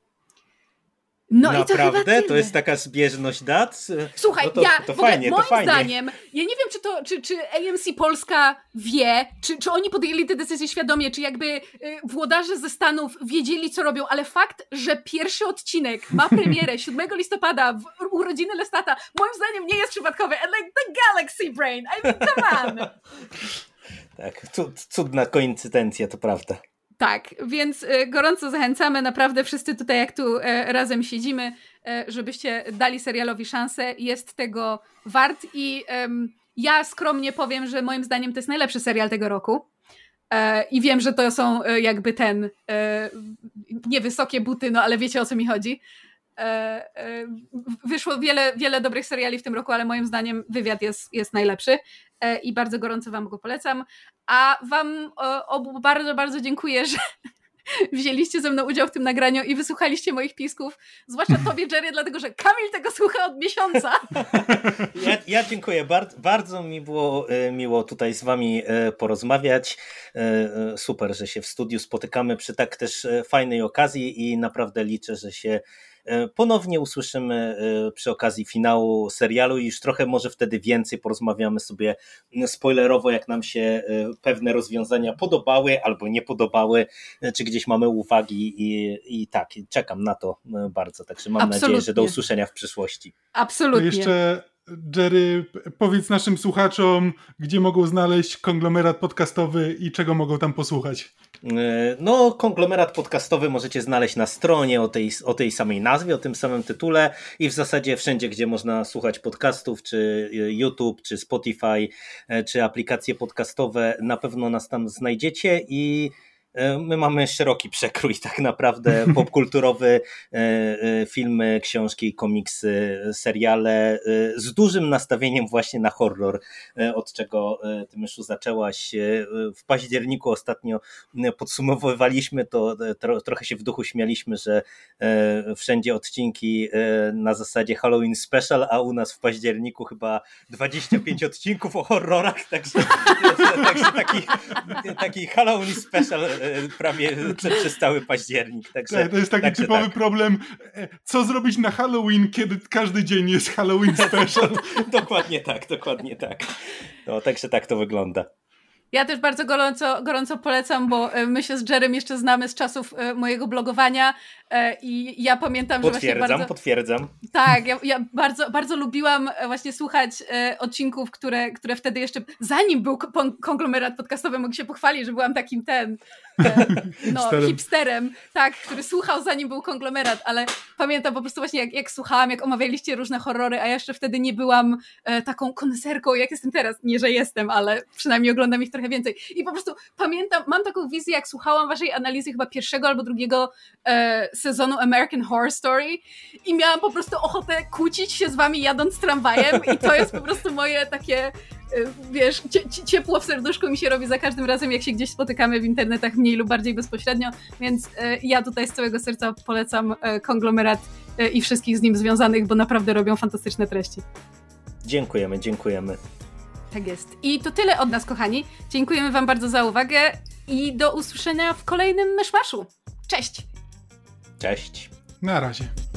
No Naprawdę? i to chyba tyle. To jest taka zbieżność dat? Słuchaj, no to, ja to w ogóle, fajnie, moim to fajnie. zdaniem, ja nie wiem, czy to, czy, czy A M C Polska wie, czy, czy oni podjęli tę decyzję świadomie, czy jakby y, włodarze ze Stanów wiedzieli, co robią, ale fakt, że pierwszy odcinek ma premierę siódmego listopada w urodziny Lestata, moim zdaniem nie jest przypadkowy. And like the Galaxy Brain, I mean, come on! Tak, cudna koincydencja, to prawda. Tak, więc y, gorąco zachęcamy naprawdę wszyscy tutaj, jak tu y, razem siedzimy, y, żebyście dali serialowi szansę. Jest tego wart i y, ja skromnie powiem, że moim zdaniem to jest najlepszy serial tego roku. Y, I wiem, że to są y, jakby ten y, niewysokie buty, no ale wiecie, o co mi chodzi. Y, y, wyszło wiele, wiele dobrych seriali w tym roku, ale moim zdaniem wywiad jest, jest najlepszy. I bardzo gorąco wam go polecam. A wam obu bardzo, bardzo dziękuję, że wzięliście ze mną udział w tym nagraniu i wysłuchaliście moich pisków. Zwłaszcza tobie, Jerry, dlatego że Kamil tego słucha od miesiąca. Ja, ja dziękuję. Bardzo, bardzo mi było miło tutaj z wami porozmawiać. Super, że się w studiu spotykamy przy tak też fajnej okazji i naprawdę liczę, że się ponownie usłyszymy przy okazji finału serialu i już trochę może wtedy więcej porozmawiamy sobie spoilerowo, jak nam się pewne rozwiązania podobały albo nie podobały, czy gdzieś mamy uwagi i, i tak, czekam na to bardzo, także mam Absolutnie. nadzieję, że do usłyszenia w przyszłości. Absolutnie. To jeszcze, Jerry, powiedz naszym słuchaczom, gdzie mogą znaleźć konglomerat podcastowy i czego mogą tam posłuchać. No, konglomerat podcastowy możecie znaleźć na stronie o tej, o tej samej nazwie, o tym samym tytule i w zasadzie wszędzie, gdzie można słuchać podcastów, czy YouTube, czy Spotify, czy aplikacje podcastowe, na pewno nas tam znajdziecie i My mamy szeroki przekrój tak naprawdę, popkulturowy, filmy, książki, komiksy, seriale z dużym nastawieniem właśnie na horror, od czego ty, Myszu, zaczęłaś. W październiku ostatnio podsumowywaliśmy to, tro, trochę się w duchu śmialiśmy, że wszędzie odcinki na zasadzie Halloween Special, a u nas w październiku chyba dwadzieścia pięć odcinków o horrorach, także, także taki, taki Halloween Special prawie przez cały październik. Także, tak, to jest taki także typowy tak. problem, co zrobić na Halloween, kiedy każdy dzień jest Halloween Special. Dokładnie tak, dokładnie tak. No, także tak to wygląda. Ja też bardzo gorąco, gorąco polecam, bo my się z Jerem jeszcze znamy z czasów mojego blogowania i ja pamiętam, że właśnie bardzo... Potwierdzam, Tak, ja, ja bardzo, bardzo lubiłam właśnie słuchać odcinków, które, które wtedy jeszcze, zanim był konglomerat podcastowy, mogę się pochwalić, że byłam takim ten, no, hipsterem. hipsterem, tak, który słuchał zanim był konglomerat, ale pamiętam po prostu właśnie jak, jak słuchałam, jak omawialiście różne horrory, a ja jeszcze wtedy nie byłam taką koneserką, jak jestem teraz. Nie, że jestem, ale przynajmniej oglądam ich trochę więcej. I po prostu pamiętam, mam taką wizję, jak słuchałam waszej analizy chyba pierwszego albo drugiego e, sezonu American Horror Story i miałam po prostu ochotę kłócić się z wami jadąc tramwajem i to jest po prostu moje takie, e, wiesz, cie, ciepło w serduszku mi się robi za każdym razem, jak się gdzieś spotykamy w internetach mniej lub bardziej bezpośrednio, więc e, ja tutaj z całego serca polecam e, konglomerat e, i wszystkich z nim związanych, bo naprawdę robią fantastyczne treści. Dziękujemy, dziękujemy. Tak jest. I to tyle od nas, kochani. Dziękujemy wam bardzo za uwagę i do usłyszenia w kolejnym Myszmaszu. Cześć! Cześć. Na razie.